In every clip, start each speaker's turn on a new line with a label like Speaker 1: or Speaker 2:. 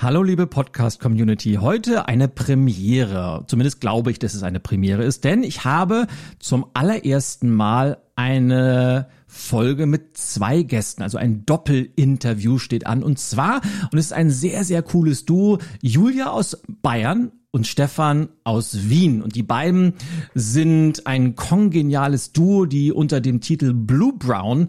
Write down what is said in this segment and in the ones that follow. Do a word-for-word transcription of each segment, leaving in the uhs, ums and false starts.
Speaker 1: Hallo liebe Podcast-Community, heute eine Premiere, zumindest glaube ich, dass es eine Premiere ist, denn ich habe zum allerersten Mal eine Folge mit zwei Gästen, also ein Doppelinterview steht an und zwar, und es ist ein sehr, sehr cooles Duo, Julia aus Bayern und Stefan aus Wien. Und die beiden sind ein kongeniales Duo, die unter dem Titel Blue Brown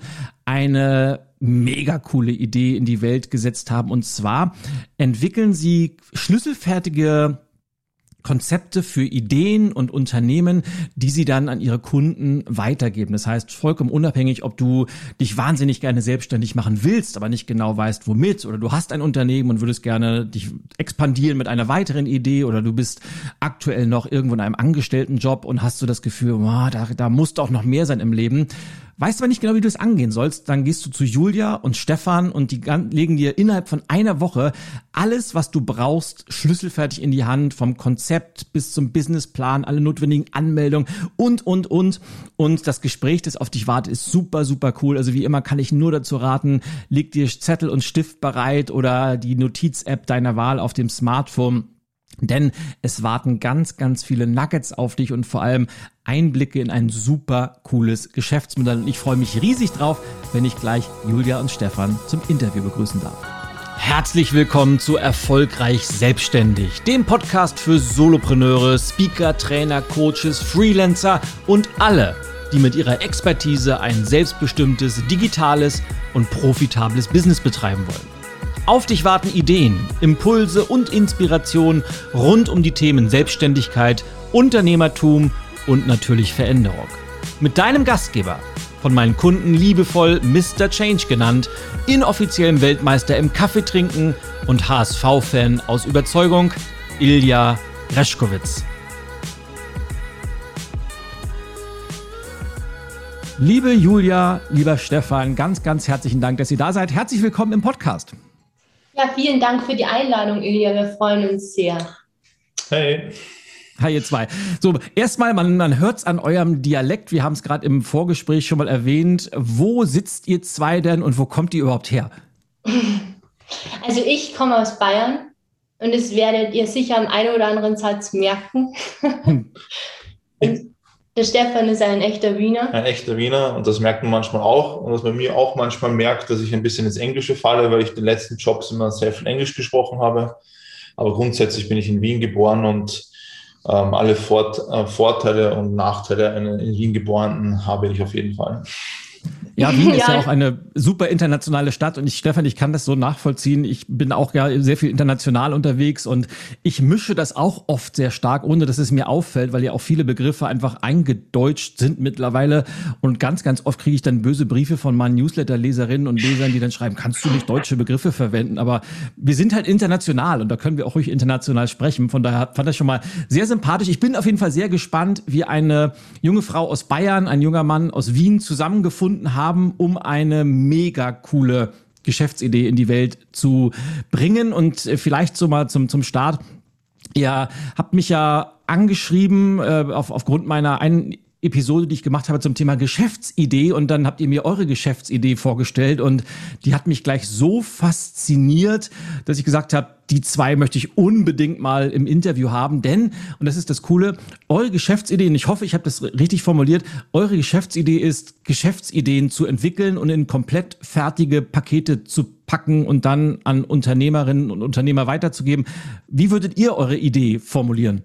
Speaker 1: eine mega coole Idee in die Welt gesetzt haben. Und zwar entwickeln sie schlüsselfertige Konzepte für Ideen und Unternehmen, die sie dann an ihre Kunden weitergeben. Das heißt, vollkommen unabhängig, ob du dich wahnsinnig gerne selbstständig machen willst, aber nicht genau weißt, womit, oder du hast ein Unternehmen und würdest gerne dich expandieren mit einer weiteren Idee, oder du bist aktuell noch irgendwo in einem Angestelltenjob und hast so das Gefühl, oh, da, da muss doch noch mehr sein im Leben. Weißt aber nicht genau, wie du es angehen sollst, dann gehst du zu Julia und Stefan und die legen dir innerhalb von einer Woche alles, was du brauchst, schlüsselfertig in die Hand, vom Konzept bis zum Businessplan, alle notwendigen Anmeldungen und, und, und. Und das Gespräch, das auf dich wartet, ist super, super cool. Also wie immer kann ich nur dazu raten, leg dir Zettel und Stift bereit oder die Notiz-App deiner Wahl auf dem Smartphone. Denn es warten ganz, ganz viele Nuggets auf dich und vor allem Einblicke in ein super cooles Geschäftsmodell. Und ich freue mich riesig drauf, wenn ich gleich Julia und Stefan zum Interview begrüßen darf. Herzlich willkommen zu Erfolgreich Selbstständig, dem Podcast für Solopreneure, Speaker, Trainer, Coaches, Freelancer und alle, die mit ihrer Expertise ein selbstbestimmtes, digitales und profitables Business betreiben wollen. Auf dich warten Ideen, Impulse und Inspiration rund um die Themen Selbstständigkeit, Unternehmertum und natürlich Veränderung. Mit deinem Gastgeber, von meinen Kunden liebevoll Mister Change genannt, inoffiziellem Weltmeister im Kaffeetrinken und H S V-Fan aus Überzeugung, Ilja Greschkowitz. Liebe Julia, lieber Stefan, ganz, ganz herzlichen Dank, dass ihr da seid. Herzlich willkommen im Podcast.
Speaker 2: Ja, vielen Dank für die Einladung, Ilja. Wir freuen uns sehr.
Speaker 3: Hey.
Speaker 1: Hi, ihr zwei. So, erstmal, man, man hört es an eurem Dialekt. Wir haben es gerade im Vorgespräch schon mal erwähnt. Wo sitzt ihr zwei denn und wo kommt ihr überhaupt her?
Speaker 2: Also ich komme aus Bayern und das werdet ihr sicher am einen oder anderen Satz merken. Und der Stefan ist ein echter Wiener.
Speaker 3: Ein echter Wiener und das merkt man manchmal auch. Und was man mir auch manchmal merkt, dass ich ein bisschen ins Englische falle, weil ich in den letzten Jobs immer sehr viel Englisch gesprochen habe. Aber grundsätzlich bin ich in Wien geboren und ähm, alle Fort, äh, Vorteile und Nachteile einer in Wien Geborenen habe ich auf jeden Fall.
Speaker 1: Ja, Wien ist ja. ja auch eine super internationale Stadt und ich, Stefan, ich kann das so nachvollziehen. Ich bin auch ja sehr viel international unterwegs und ich mische das auch oft sehr stark, ohne dass es mir auffällt, weil ja auch viele Begriffe einfach eingedeutscht sind mittlerweile und ganz, ganz oft kriege ich dann böse Briefe von meinen Newsletter-Leserinnen und Lesern, die dann schreiben, kannst du nicht deutsche Begriffe verwenden? Aber wir sind halt international und da können wir auch ruhig international sprechen. Von daher fand ich schon mal sehr sympathisch. Ich bin auf jeden Fall sehr gespannt, wie eine junge Frau aus Bayern, ein junger Mann aus Wien zusammengefunden haben, um eine mega coole Geschäftsidee in die Welt zu bringen. Und vielleicht so mal zum, zum Start. Ihr habt mich ja angeschrieben äh, auf, aufgrund meiner einen Episode, die ich gemacht habe zum Thema Geschäftsidee und dann habt ihr mir eure Geschäftsidee vorgestellt und die hat mich gleich so fasziniert, dass ich gesagt habe, die zwei möchte ich unbedingt mal im Interview haben, denn, und das ist das Coole, eure Geschäftsidee, und ich hoffe, ich habe das richtig formuliert, eure Geschäftsidee ist, Geschäftsideen zu entwickeln und in komplett fertige Pakete zu packen und dann an Unternehmerinnen und Unternehmer weiterzugeben. Wie würdet ihr eure Idee formulieren?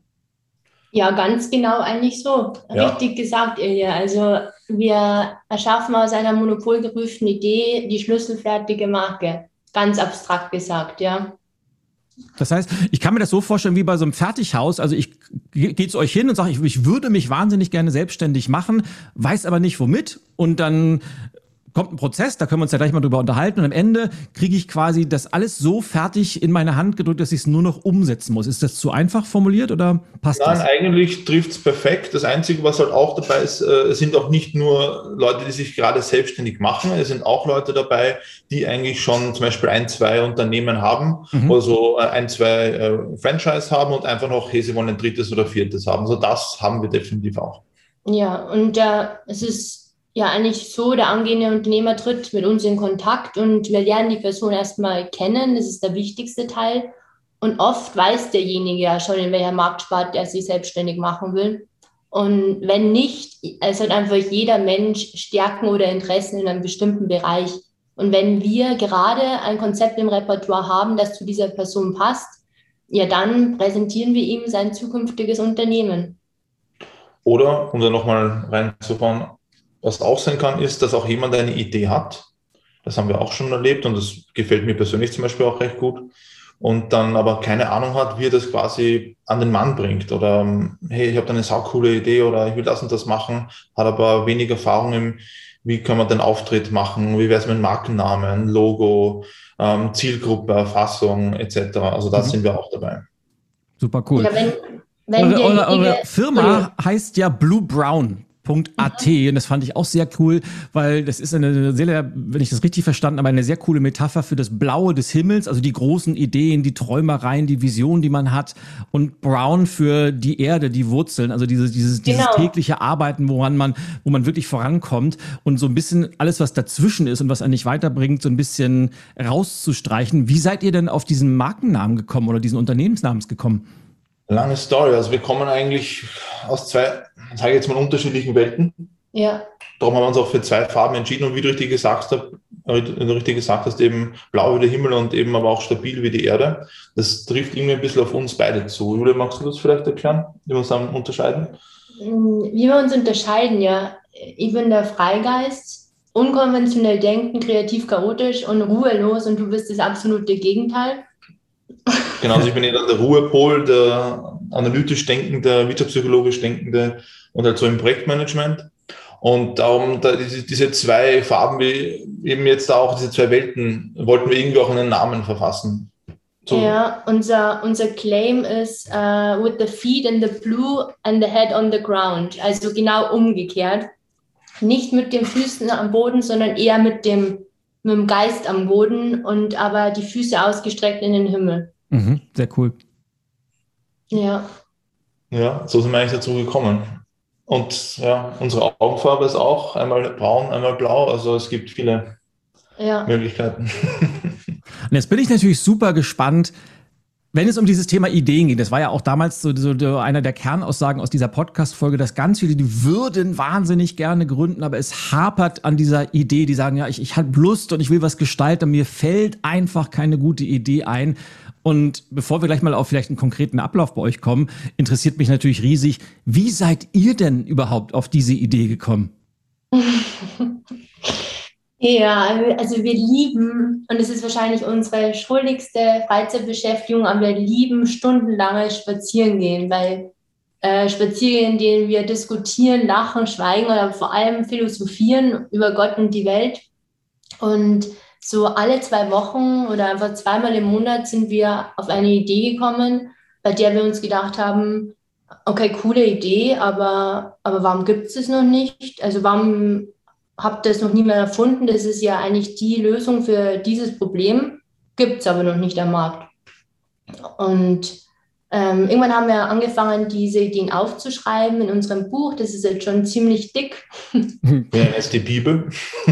Speaker 2: Ja, ganz genau eigentlich so.
Speaker 3: Ja.
Speaker 2: Richtig gesagt, Ilja. Also wir erschaffen aus einer monopolgeprüften Idee die schlüsselfertige Marke. Ganz abstrakt gesagt, ja.
Speaker 1: Das heißt, ich kann mir das so vorstellen wie bei so einem Fertighaus. Also ich gehe zu euch hin und sage, ich, ich würde mich wahnsinnig gerne selbstständig machen, weiß aber nicht womit. Und dann kommt ein Prozess, da können wir uns ja gleich mal drüber unterhalten und am Ende kriege ich quasi das alles so fertig in meine Hand gedrückt, dass ich es nur noch umsetzen muss. Ist das zu einfach formuliert oder passt
Speaker 3: Nein,
Speaker 1: das?
Speaker 3: Nein, eigentlich trifft es perfekt. Das Einzige, was halt auch dabei ist, äh, es sind auch nicht nur Leute, die sich gerade selbstständig machen, es sind auch Leute dabei, die eigentlich schon zum Beispiel ein, zwei Unternehmen haben mhm. oder so ein, zwei äh, Franchise haben und einfach noch, hey, sie wollen ein drittes oder viertes haben. So das haben wir definitiv auch.
Speaker 2: Ja, und äh, es ist ja eigentlich so, der angehende Unternehmer tritt mit uns in Kontakt und wir lernen die Person erstmal kennen. Das ist der wichtigste Teil. Und oft weiß derjenige ja schon, in welcher Marktsparte er sich selbstständig machen will. Und wenn nicht, es hat einfach jeder Mensch Stärken oder Interessen in einem bestimmten Bereich. Und wenn wir gerade ein Konzept im Repertoire haben, das zu dieser Person passt, ja, dann präsentieren wir ihm sein zukünftiges Unternehmen.
Speaker 3: Oder, um da nochmal reinzufahren, was auch sein kann, ist, dass auch jemand eine Idee hat. Das haben wir auch schon erlebt und das gefällt mir persönlich zum Beispiel auch recht gut. Und dann aber keine Ahnung hat, wie er das quasi an den Mann bringt. Oder hey, ich habe da eine saukoole Idee oder ich will das und das machen, hat aber wenig Erfahrung im, wie kann man den Auftritt machen, wie wäre es mit Markennamen, Logo, ähm, Zielgruppe, Erfassung et cetera. Also da mhm. sind wir auch dabei.
Speaker 1: Super cool.
Speaker 2: Ja, wenn, wenn
Speaker 1: eure, eure, eure Firma heißt ja Blue Brown. .at und das fand ich auch sehr cool, weil das ist eine sehr, wenn ich das richtig verstanden habe, eine sehr coole Metapher für das Blaue des Himmels, also die großen Ideen, die Träumereien, die Visionen, die man hat, und Brown für die Erde, die Wurzeln, also dieses dieses dieses genau. tägliche Arbeiten, woran man wo man wirklich vorankommt und so ein bisschen alles, was dazwischen ist und was einen nicht weiterbringt, so ein bisschen rauszustreichen. Wie seid ihr denn auf diesen Markennamen gekommen oder diesen Unternehmensnamens gekommen?
Speaker 3: Lange Story. Also wir kommen eigentlich aus zwei, sage ich jetzt mal, unterschiedlichen Welten.
Speaker 2: Ja.
Speaker 3: Darum haben wir uns auch für zwei Farben entschieden und wie du richtig gesagt hast, wie du richtig gesagt hast, eben blau wie der Himmel und eben aber auch stabil wie die Erde. Das trifft irgendwie ein bisschen auf uns beide zu. Julia, magst du das vielleicht erklären, wie wir uns dann unterscheiden?
Speaker 2: Wie wir uns unterscheiden, ja. Ich bin der Freigeist, unkonventionell denken, kreativ chaotisch und ruhelos und du bist das absolute Gegenteil.
Speaker 3: Genau, also ich bin eher der Ruhepol, der analytisch denkende, wirtschaftspsychologisch denkende und halt so im Projektmanagement. Und darum, da diese, diese zwei Farben, wie eben jetzt auch diese zwei Welten, wollten wir irgendwie auch einen Namen verfassen.
Speaker 2: So. Ja, unser, unser Claim ist uh, with the feet in the blue and the head on the ground. Also genau umgekehrt. Nicht mit den Füßen am Boden, sondern eher mit dem, mit dem Geist am Boden und aber die Füße ausgestreckt in den Himmel.
Speaker 1: Mhm, sehr cool.
Speaker 2: Ja.
Speaker 3: Ja, so sind wir eigentlich dazu gekommen. Und ja, unsere Augenfarbe ist auch einmal braun, einmal blau. Also es gibt viele ja. Möglichkeiten.
Speaker 1: Und jetzt bin ich natürlich super gespannt, wenn es um dieses Thema Ideen geht. Das war ja auch damals so, so einer der Kernaussagen aus dieser Podcast-Folge, dass ganz viele, die würden wahnsinnig gerne gründen, aber es hapert an dieser Idee. Die sagen, ja, ich, ich habe Lust und ich will was gestalten, mir fällt einfach keine gute Idee ein. Und bevor wir gleich mal auf vielleicht einen konkreten Ablauf bei euch kommen, interessiert mich natürlich riesig, wie seid ihr denn überhaupt auf diese Idee gekommen?
Speaker 2: Ja, also wir lieben, und es ist wahrscheinlich unsere schuldigste Freizeitbeschäftigung, aber wir lieben stundenlanges Spazierengehen, weil äh, Spaziergehen, in denen wir diskutieren, lachen, schweigen oder vor allem philosophieren über Gott und die Welt. Und so alle zwei Wochen oder einfach zweimal im Monat sind wir auf eine Idee gekommen, bei der wir uns gedacht haben, okay, coole Idee, aber, aber warum gibt es das noch nicht? Also warum habt ihr das noch niemand erfunden? Das ist ja eigentlich die Lösung für dieses Problem, gibt es aber noch nicht am Markt. Und ähm, irgendwann haben wir angefangen, diese Ideen aufzuschreiben in unserem Buch. Das ist jetzt schon ziemlich dick.
Speaker 3: Ja, ist die Bibel.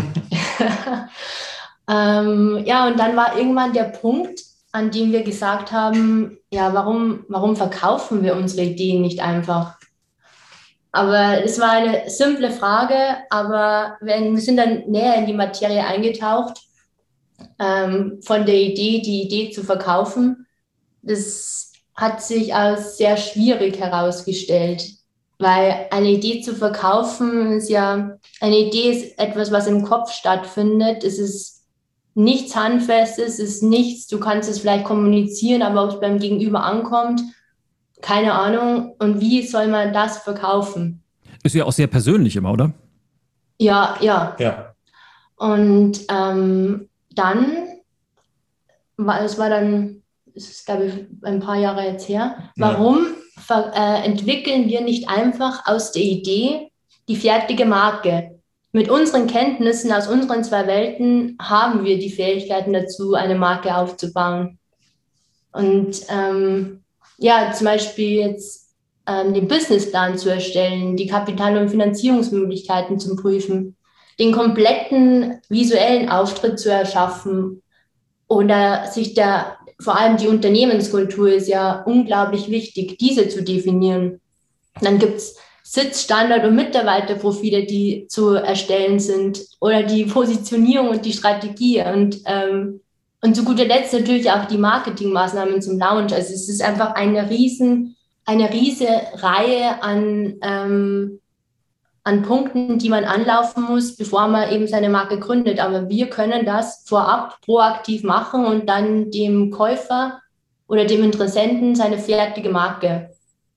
Speaker 2: Ähm, ja, und dann war irgendwann der Punkt, an dem wir gesagt haben, ja, warum, warum verkaufen wir unsere Ideen nicht einfach? Aber es war eine simple Frage, aber wenn, wir sind dann näher in die Materie eingetaucht, ähm, von der Idee, die Idee zu verkaufen. Das hat sich als sehr schwierig herausgestellt, weil eine Idee zu verkaufen ist ja, eine Idee ist etwas, was im Kopf stattfindet. Es ist nichts Handfestes, es ist nichts, du kannst es vielleicht kommunizieren, aber ob es beim Gegenüber ankommt, keine Ahnung. Und wie soll man das verkaufen?
Speaker 1: Ist ja auch sehr persönlich immer, oder?
Speaker 2: Ja, ja.
Speaker 3: Ja.
Speaker 2: Und ähm, dann, war, es war dann, es ist glaube ich ein paar Jahre jetzt her, warum ja. ver, äh, entwickeln wir nicht einfach aus der Idee die fertige Marke? Mit unseren Kenntnissen aus unseren zwei Welten haben wir die Fähigkeiten dazu, eine Marke aufzubauen. Und ähm, ja, zum Beispiel jetzt ähm, den Businessplan zu erstellen, die Kapital- und Finanzierungsmöglichkeiten zu prüfen. den kompletten visuellen Auftritt zu erschaffen oder sich da, vor allem die Unternehmenskultur ist ja unglaublich wichtig, diese zu definieren. Dann gibt es Sitz-, Standard- und Mitarbeiterprofile, die zu erstellen sind oder die Positionierung und die Strategie und, ähm, und zu guter Letzt natürlich auch die Marketingmaßnahmen zum Launch. Also es ist einfach eine riesen, eine riese Reihe an, ähm, an Punkten, die man anlaufen muss, bevor man eben seine Marke gründet. Aber wir können das vorab proaktiv machen und dann dem Käufer oder dem Interessenten seine fertige Marke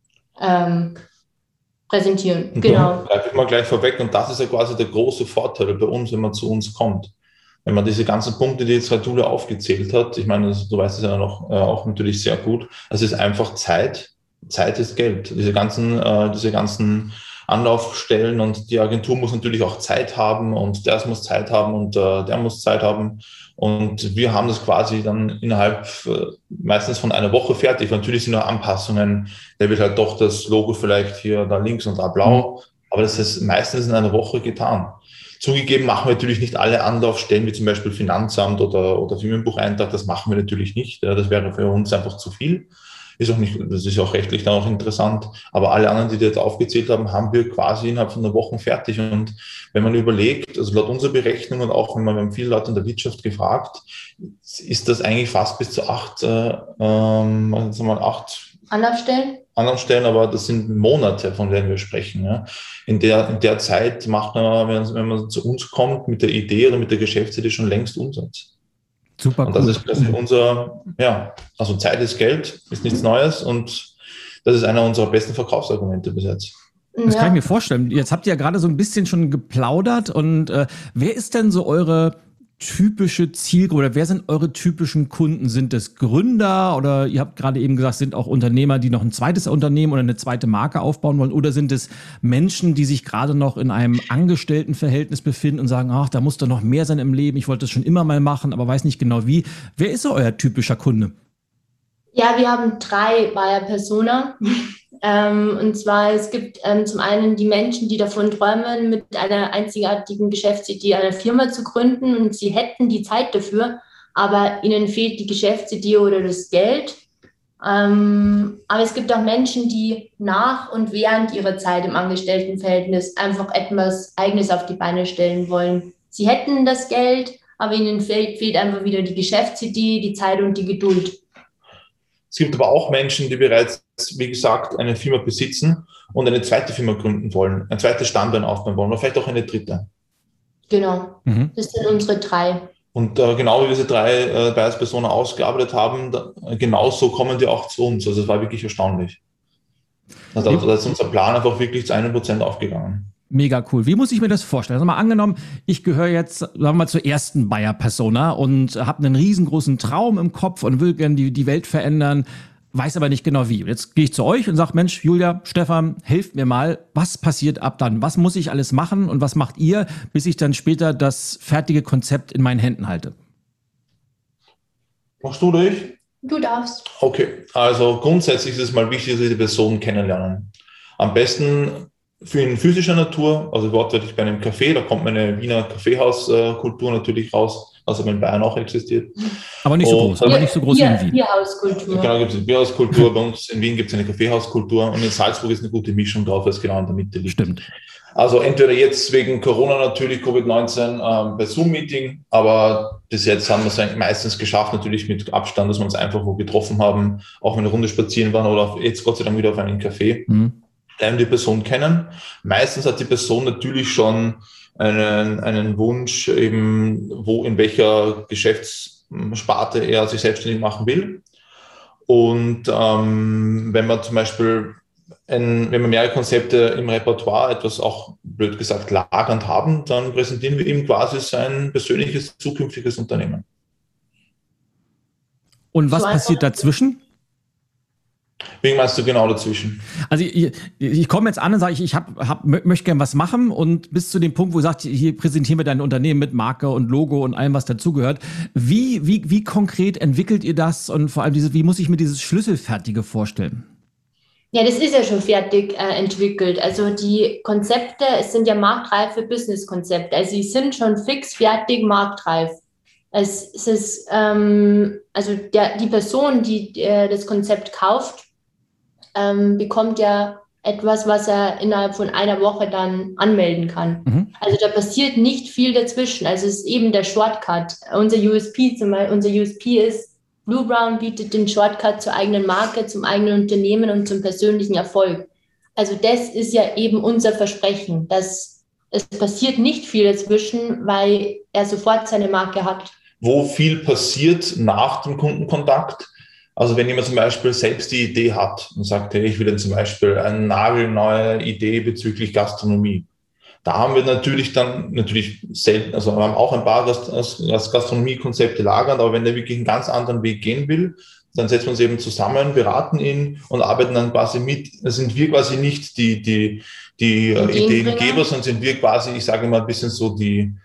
Speaker 2: ähm, präsentieren.
Speaker 3: Und
Speaker 2: genau.
Speaker 3: Greife ich mal gleich vorweg. Und das ist ja quasi der große Vorteil bei uns, wenn man zu uns kommt. Wenn man diese ganzen Punkte, die jetzt Herr Julia aufgezählt hat, ich meine, du weißt es ja noch, äh, auch natürlich sehr gut, es ist einfach Zeit. Zeit ist Geld. Diese ganzen, äh, diese ganzen Anlaufstellen und die Agentur muss natürlich auch Zeit haben und der muss Zeit haben und äh, der muss Zeit haben. Und wir haben das quasi dann innerhalb äh, meistens von einer Woche fertig. Natürlich sind noch Anpassungen. Da wird halt doch das Logo vielleicht hier da links und da blau. Aber das ist meistens in einer Woche getan. Zugegeben machen wir natürlich nicht alle Anlaufstellen, wie zum Beispiel Finanzamt oder, oder Firmenbucheintrag. Das machen wir natürlich nicht. Das wäre für uns einfach zu viel. Ist auch nicht, das ist auch rechtlich dann auch interessant. Aber alle anderen, die wir jetzt aufgezählt haben, haben wir quasi innerhalb von einer Woche fertig. Und wenn man überlegt, also laut unserer Berechnung und auch wenn man, wir haben viele Leute in der Wirtschaft gefragt, ist das eigentlich fast bis zu acht, äh, ähm, sagen wir mal acht
Speaker 2: Anlaufstellen?
Speaker 3: Anlaufstellen, aber das sind Monate, von denen wir sprechen. Ja. In der, in der Zeit macht man, wenn, wenn man zu uns kommt, mit der Idee oder mit der Geschäftsidee schon längst Umsatz.
Speaker 1: Super
Speaker 3: und das
Speaker 1: cool.
Speaker 3: ist quasi unser, ja, also Zeit ist Geld, ist nichts Neues und das ist einer unserer besten Verkaufsargumente bis jetzt.
Speaker 1: Das kann ich mir vorstellen. Jetzt habt ihr ja gerade so ein bisschen schon geplaudert und äh, wer ist denn so eure typische Zielgruppe oder wer sind eure typischen Kunden? Sind es Gründer oder ihr habt gerade eben gesagt, sind auch Unternehmer, die noch ein zweites Unternehmen oder eine zweite Marke aufbauen wollen oder sind es Menschen, die sich gerade noch in einem Angestelltenverhältnis befinden und sagen, ach, da muss doch noch mehr sein im Leben, ich wollte das schon immer mal machen, aber weiß nicht genau wie. Wer ist so euer typischer Kunde?
Speaker 2: Ja, wir haben drei Buyer-Persona. Ähm, und zwar, es gibt ähm, zum einen die Menschen, die davon träumen, mit einer einzigartigen Geschäftsidee eine Firma zu gründen und sie hätten die Zeit dafür, aber ihnen fehlt die Geschäftsidee oder das Geld. Ähm, aber es gibt auch Menschen, die nach und während ihrer Zeit im Angestelltenverhältnis einfach etwas Eigenes auf die Beine stellen wollen. Sie hätten das Geld, aber ihnen fehlt, fehlt einfach wieder die Geschäftsidee, die Zeit und die Geduld.
Speaker 3: Es gibt aber auch Menschen, die bereits, wie gesagt, eine Firma besitzen und eine zweite Firma gründen wollen, ein zweites Standbein aufbauen wollen oder vielleicht auch eine dritte.
Speaker 2: Genau, mhm. Das sind unsere drei.
Speaker 3: Und äh, genau wie wir diese drei äh, Buyer-Personen ausgearbeitet haben, da, genau so kommen die auch zu uns. Also es war wirklich erstaunlich. Also da ist unser Plan einfach wirklich zu einem Prozent aufgegangen.
Speaker 1: Mega cool. Wie muss ich mir das vorstellen? Also mal angenommen, ich gehöre jetzt, sagen wir mal, zur ersten Buyer-Persona und habe einen riesengroßen Traum im Kopf und will gerne die, die Welt verändern, weiß aber nicht genau wie. Jetzt gehe ich zu euch und sage, Mensch, Julia, Stefan, helft mir mal. Was passiert ab dann? Was muss ich alles machen und was macht ihr, bis ich dann später das fertige Konzept in meinen Händen halte?
Speaker 3: Machst du dich?
Speaker 2: Du darfst.
Speaker 3: Okay, also grundsätzlich ist es mal wichtig, dass wir die Personen kennenlernen. Am besten für in physischer Natur, also wortwörtlich bei einem Café, da kommt meine Wiener Kaffeehauskultur natürlich raus, also in Bayern auch existiert.
Speaker 1: Aber nicht so
Speaker 3: und,
Speaker 1: groß, aber nicht so groß
Speaker 2: Bier,
Speaker 1: wie in Wien.
Speaker 2: Bierhauskultur.
Speaker 3: Genau, gibt es eine Bierhauskultur, bei uns in Wien gibt es eine Kaffeehauskultur und in Salzburg ist eine gute Mischung drauf, weil es genau in der Mitte liegt.
Speaker 1: Stimmt.
Speaker 3: Also entweder jetzt wegen Corona natürlich, Covid neunzehn, ähm, bei Zoom-Meeting, aber bis jetzt haben wir es eigentlich meistens geschafft, natürlich mit Abstand, dass wir uns einfach wo getroffen haben, auch wenn wir eine Runde spazieren waren oder jetzt Gott sei Dank wieder auf einem Café. Mhm. Lernen die Person kennen. Meistens hat die Person natürlich schon einen, einen Wunsch, eben wo in welcher Geschäftssparte er sich selbstständig machen will. Und ähm, wenn man zum Beispiel, ein, wenn wir mehrere Konzepte im Repertoire, etwas auch blöd gesagt lagernd haben, dann präsentieren wir ihm quasi sein persönliches zukünftiges Unternehmen.
Speaker 1: Und was passiert dazwischen?
Speaker 3: Wie meinst du genau dazwischen?
Speaker 1: Also ich, ich komme jetzt an und sage, ich, ich hab, hab, möchte gerne was machen und bis zu dem Punkt, wo du sagst, hier präsentieren wir dein Unternehmen mit Marke und Logo und allem, was dazugehört. Wie, wie, wie konkret entwickelt ihr das und vor allem, diese, wie muss ich mir dieses Schlüsselfertige vorstellen?
Speaker 2: Ja, das ist ja schon fertig äh, entwickelt. Also die Konzepte, es sind ja marktreife Business-Konzepte. Also sie sind schon fix fertig marktreif. Es, es ist, ähm, also der, die Person, die äh, das Konzept kauft, ähm, bekommt ja etwas, was er innerhalb von einer Woche dann anmelden kann. Mhm. Also da passiert nicht viel dazwischen. Also es ist eben der Shortcut. Unser U S P zum Beispiel, unser U S P ist, Blue Brown bietet den Shortcut zur eigenen Marke, zum eigenen Unternehmen und zum persönlichen Erfolg. Also das ist ja eben unser Versprechen, dass es passiert nicht viel dazwischen, weil er sofort seine Marke hat.
Speaker 3: Wo viel passiert nach dem Kundenkontakt? Also wenn jemand zum Beispiel selbst die Idee hat und sagt, hey, ich will dann zum Beispiel eine nagelneue Idee bezüglich Gastronomie. Da haben wir natürlich dann, natürlich selten, also wir haben auch ein paar Gastronomiekonzepte lagern, aber wenn der wirklich einen ganz anderen Weg gehen will, dann setzen wir uns eben zusammen, beraten ihn und arbeiten dann quasi mit. Da sind wir quasi nicht die, die, die Ideengeber, sondern sind wir quasi, ich sage mal ein bisschen so die,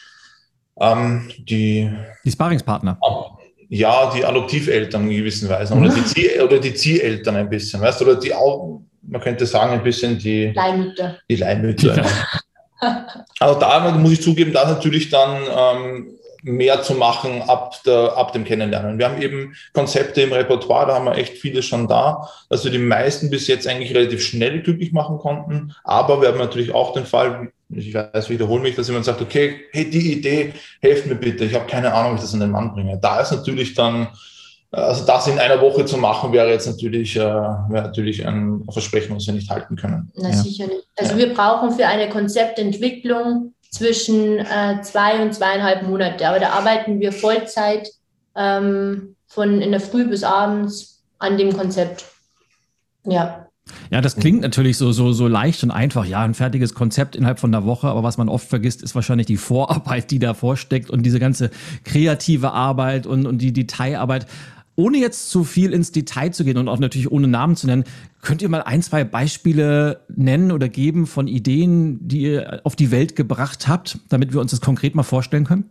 Speaker 3: ähm, die,
Speaker 1: die Sparringspartner.
Speaker 3: Ja, die Adoptiveltern in gewissen Weise oder die, Zieh- oder die Zieheltern ein bisschen, weißt du, oder die auch, man könnte sagen, ein bisschen die Leihmütter. Die Leihmütter. Ja. Also da muss ich zugeben, da natürlich dann ähm, mehr zu machen ab, der, ab dem Kennenlernen. Wir haben eben Konzepte im Repertoire, da haben wir echt viele schon da, dass wir die meisten bis jetzt eigentlich relativ schnell glücklich machen konnten. Aber wir haben natürlich auch den Fall, ich weiß, ich wiederhole mich, dass jemand sagt, okay, hey, die Idee, helft mir bitte, ich habe keine Ahnung, wie ich das an den Mann bringe. Da ist natürlich dann, also das in einer Woche zu machen, wäre jetzt natürlich, äh, wäre natürlich ein Versprechen, was wir nicht halten können.
Speaker 2: Na ja. Sicher nicht. Also ja. Wir brauchen für eine Konzeptentwicklung zwischen äh, zwei und zweieinhalb Monate. Aber da arbeiten wir Vollzeit ähm, von in der Früh bis abends an dem Konzept. Ja.
Speaker 1: Ja, das klingt natürlich so, so, so leicht und einfach. Ja, ein fertiges Konzept innerhalb von einer Woche. Aber was man oft vergisst, ist wahrscheinlich die Vorarbeit, die davor steckt und diese ganze kreative Arbeit und, und die Detailarbeit. Ohne jetzt zu viel ins Detail zu gehen und auch natürlich ohne Namen zu nennen, könnt ihr mal ein, zwei Beispiele nennen oder geben von Ideen, die ihr auf die Welt gebracht habt, damit wir uns das konkret mal vorstellen können?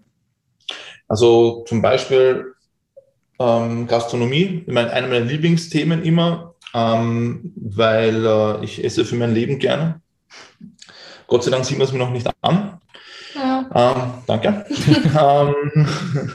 Speaker 3: Also zum Beispiel ähm, Gastronomie, ich meine, einer meiner Lieblingsthemen immer, ähm, weil äh, ich esse für mein Leben gerne. Gott sei Dank sieht man es mir noch nicht an. Ja. Ähm, danke. ähm,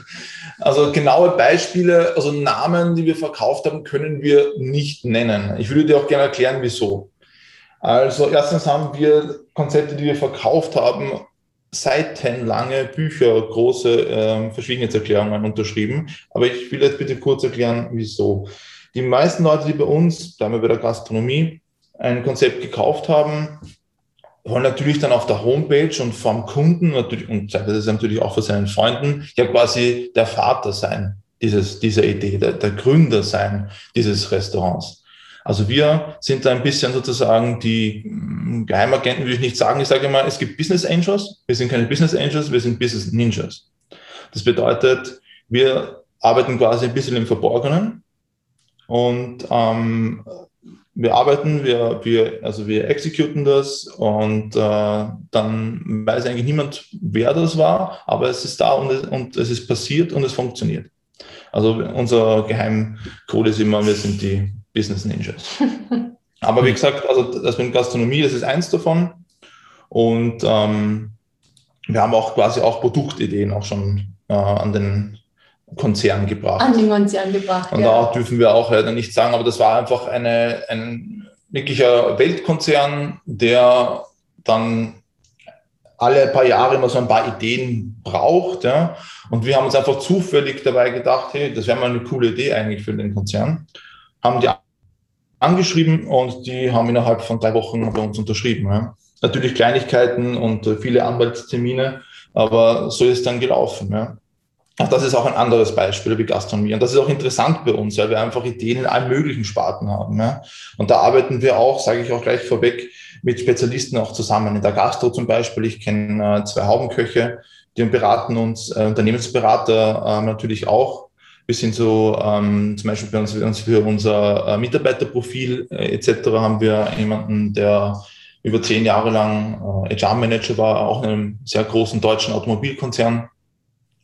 Speaker 3: also genaue Beispiele, also Namen, die wir verkauft haben, können wir nicht nennen. Ich würde dir auch gerne erklären, wieso. Also erstens haben wir Konzepte, die wir verkauft haben, seitenlange Bücher, große ähm, Verschwiegenheitserklärungen unterschrieben. Aber ich will jetzt bitte kurz erklären, wieso. Die meisten Leute, die bei uns, da haben wir bei der Gastronomie, ein Konzept gekauft haben, wollen natürlich dann auf der Homepage und vom Kunden natürlich, und das ist natürlich auch für seinen Freunden, ja quasi der Vater sein, dieses, dieser Idee, der, der Gründer sein dieses Restaurants. Also wir sind da ein bisschen sozusagen die Geheimagenten, würde ich nicht sagen. Ich sage immer, es gibt Business Angels. Wir sind keine Business Angels, wir sind Business Ninjas. Das bedeutet, wir arbeiten quasi ein bisschen im Verborgenen und ähm, wir arbeiten, wir, wir, also wir exekuten das und äh, dann weiß eigentlich niemand, wer das war, aber es ist da und es, und es ist passiert und es funktioniert. Also unser Geheimcode ist immer, wir sind die Business Ninjas. Aber wie gesagt, also das mit Gastronomie, das ist eins davon. Und ähm, wir haben auch quasi auch Produktideen auch schon äh, an den Konzern gebracht.
Speaker 2: An den Konzern gebracht,
Speaker 3: Und
Speaker 2: ja.
Speaker 3: da dürfen wir auch leider nicht sagen, aber das war einfach eine, ein wirklicher Weltkonzern, der dann alle paar Jahre immer so ein paar Ideen braucht. Ja. Und wir haben uns einfach zufällig dabei gedacht, hey, das wäre mal eine coole Idee eigentlich für den Konzern. Haben die angeschrieben und die haben innerhalb von drei Wochen bei uns unterschrieben. Ja. Natürlich Kleinigkeiten und viele Anwaltstermine, aber so ist es dann gelaufen. Ja. Das ist auch ein anderes Beispiel wie Gastronomie. Und das ist auch interessant bei uns, weil wir einfach Ideen in allen möglichen Sparten haben. Ja. Und da arbeiten wir auch, sage ich auch gleich vorweg, mit Spezialisten auch zusammen. In der Gastro zum Beispiel, ich kenne äh, zwei Haubenköche, die beraten uns, äh, Unternehmensberater äh, natürlich auch, bis hin zu, ähm, zum Beispiel bei uns, uns für unser äh, Mitarbeiterprofil äh, et cetera haben wir jemanden, der über zehn Jahre lang äh, H R-Manager war, auch in einem sehr großen deutschen Automobilkonzern.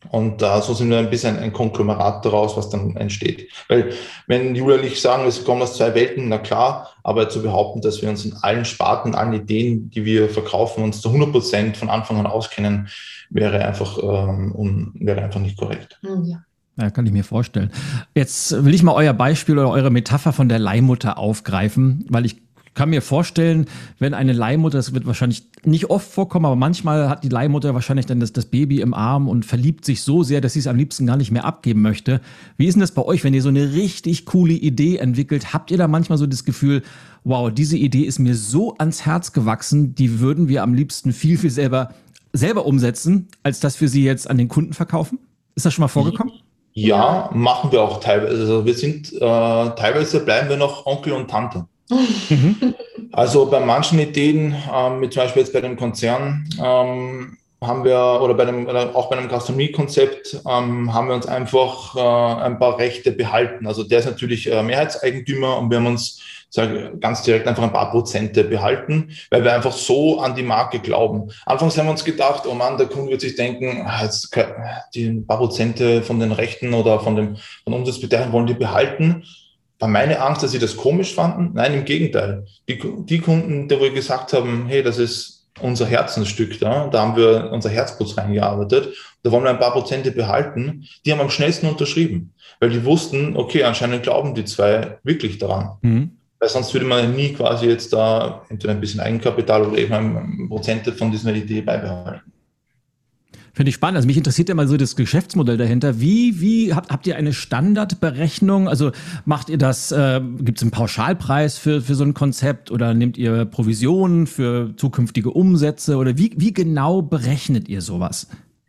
Speaker 3: Und äh, so sind wir ein bisschen ein Konglomerat daraus, was dann entsteht. Weil wenn Julia und ich sagen, wir kommen aus zwei Welten, na klar, aber zu behaupten, dass wir uns in allen Sparten, allen Ideen, die wir verkaufen, uns zu hundert Prozent von Anfang an auskennen, wäre einfach, ähm, un, wäre einfach nicht korrekt.
Speaker 2: Ja.
Speaker 1: Ja, kann ich mir vorstellen. Jetzt will ich mal euer Beispiel oder eure Metapher von der Leihmutter aufgreifen, weil ich kann mir vorstellen, wenn eine Leihmutter, das wird wahrscheinlich nicht oft vorkommen, aber manchmal hat die Leihmutter wahrscheinlich dann das, das Baby im Arm und verliebt sich so sehr, dass sie es am liebsten gar nicht mehr abgeben möchte. Wie ist denn das bei euch, wenn ihr so eine richtig coole Idee entwickelt? Habt ihr da manchmal so das Gefühl, wow, diese Idee ist mir so ans Herz gewachsen, die würden wir am liebsten viel, viel selber, selber umsetzen, als dass wir sie jetzt an den Kunden verkaufen? Ist das schon mal vorgekommen?
Speaker 3: Ja, machen wir auch teilweise. Also wir sind, äh, teilweise bleiben wir noch Onkel und Tante. Mhm. Also bei manchen Ideen, ähm, mit zum Beispiel jetzt bei dem Konzern, ähm, haben wir, oder bei dem, oder auch bei einem Gastronomiekonzept, ähm, haben wir uns einfach äh, ein paar Rechte behalten. Also der ist natürlich äh, Mehrheitseigentümer und wir haben uns sag, ganz direkt einfach ein paar Prozente behalten, weil wir einfach so an die Marke glauben. Anfangs haben wir uns gedacht, oh Mann, der Kunde wird sich denken, ah, jetzt die ein paar Prozente von den Rechten oder von dem von Umsatzbeteiligung wollen die behalten. War meine Angst, dass sie das komisch fanden? Nein, im Gegenteil. Die, die Kunden, die wir gesagt haben, hey, das ist unser Herzensstück da, da haben wir unser Herzblut reingearbeitet, da wollen wir ein paar Prozente behalten, die haben am schnellsten unterschrieben, weil die wussten, okay, anscheinend glauben die zwei wirklich daran. Mhm. Weil sonst würde man nie quasi jetzt da entweder ein bisschen Eigenkapital oder eben ein Prozente von dieser Idee beibehalten.
Speaker 1: Finde ich spannend. Also mich interessiert ja mal so das Geschäftsmodell dahinter. Wie, wie habt, habt ihr eine Standardberechnung? Also macht ihr das, äh, gibt es einen Pauschalpreis für, für so ein Konzept oder nehmt ihr Provisionen für zukünftige Umsätze oder wie, wie genau berechnet ihr sowas?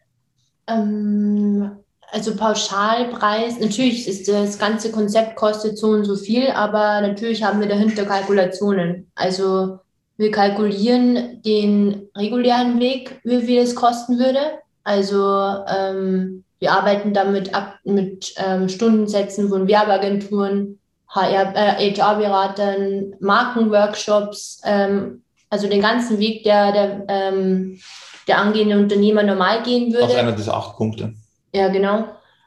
Speaker 2: Ähm, also Pauschalpreis, natürlich ist das ganze Konzept kostet so und so viel, aber natürlich haben wir dahinter Kalkulationen. Also wir kalkulieren den regulären Weg, wie viel es kosten würde. Also ähm, wir arbeiten damit ab mit ähm, Stundensätzen von Werbeagenturen, H R-Beratern, Markenworkshops, ähm, also den ganzen Weg, der der, ähm, der angehende Unternehmer normal gehen würde.
Speaker 3: Aus einer dieser acht Punkte.
Speaker 2: Ja, genau.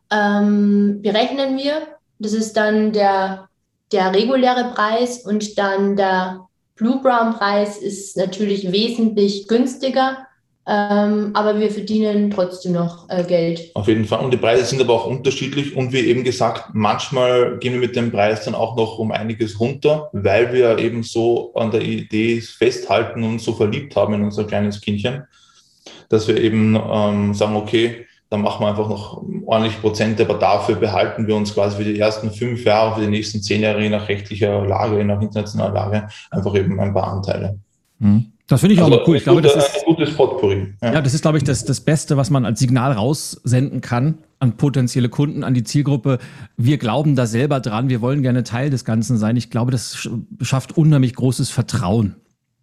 Speaker 2: Ähm, berechnen wir. Das ist dann der, der reguläre Preis und dann der Blue-Brown-Preis ist natürlich wesentlich günstiger. Ähm, aber wir verdienen trotzdem noch äh, Geld.
Speaker 3: Auf jeden Fall. Und die Preise sind aber auch unterschiedlich. Und wie eben gesagt, manchmal gehen wir mit dem Preis dann auch noch um einiges runter, weil wir eben so an der Idee festhalten und so verliebt haben in unser kleines Kindchen, dass wir eben ähm, sagen, okay, dann machen wir einfach noch ordentlich Prozente, aber dafür behalten wir uns quasi für die ersten fünf Jahre, für die nächsten zehn Jahre, je nach rechtlicher Lage, je nach internationaler Lage, einfach eben ein paar Anteile.
Speaker 1: Hm. Das finde ich
Speaker 3: also
Speaker 1: auch cool. Ich glaube,
Speaker 3: gute,
Speaker 1: das ist
Speaker 3: ein gutes Potpourri.
Speaker 1: Ja. ja, das ist, glaube ich, das, das Beste, was man als Signal raussenden kann an potenzielle Kunden, an die Zielgruppe. Wir glauben da selber dran. Wir wollen gerne Teil des Ganzen sein. Ich glaube, das schafft unheimlich großes Vertrauen.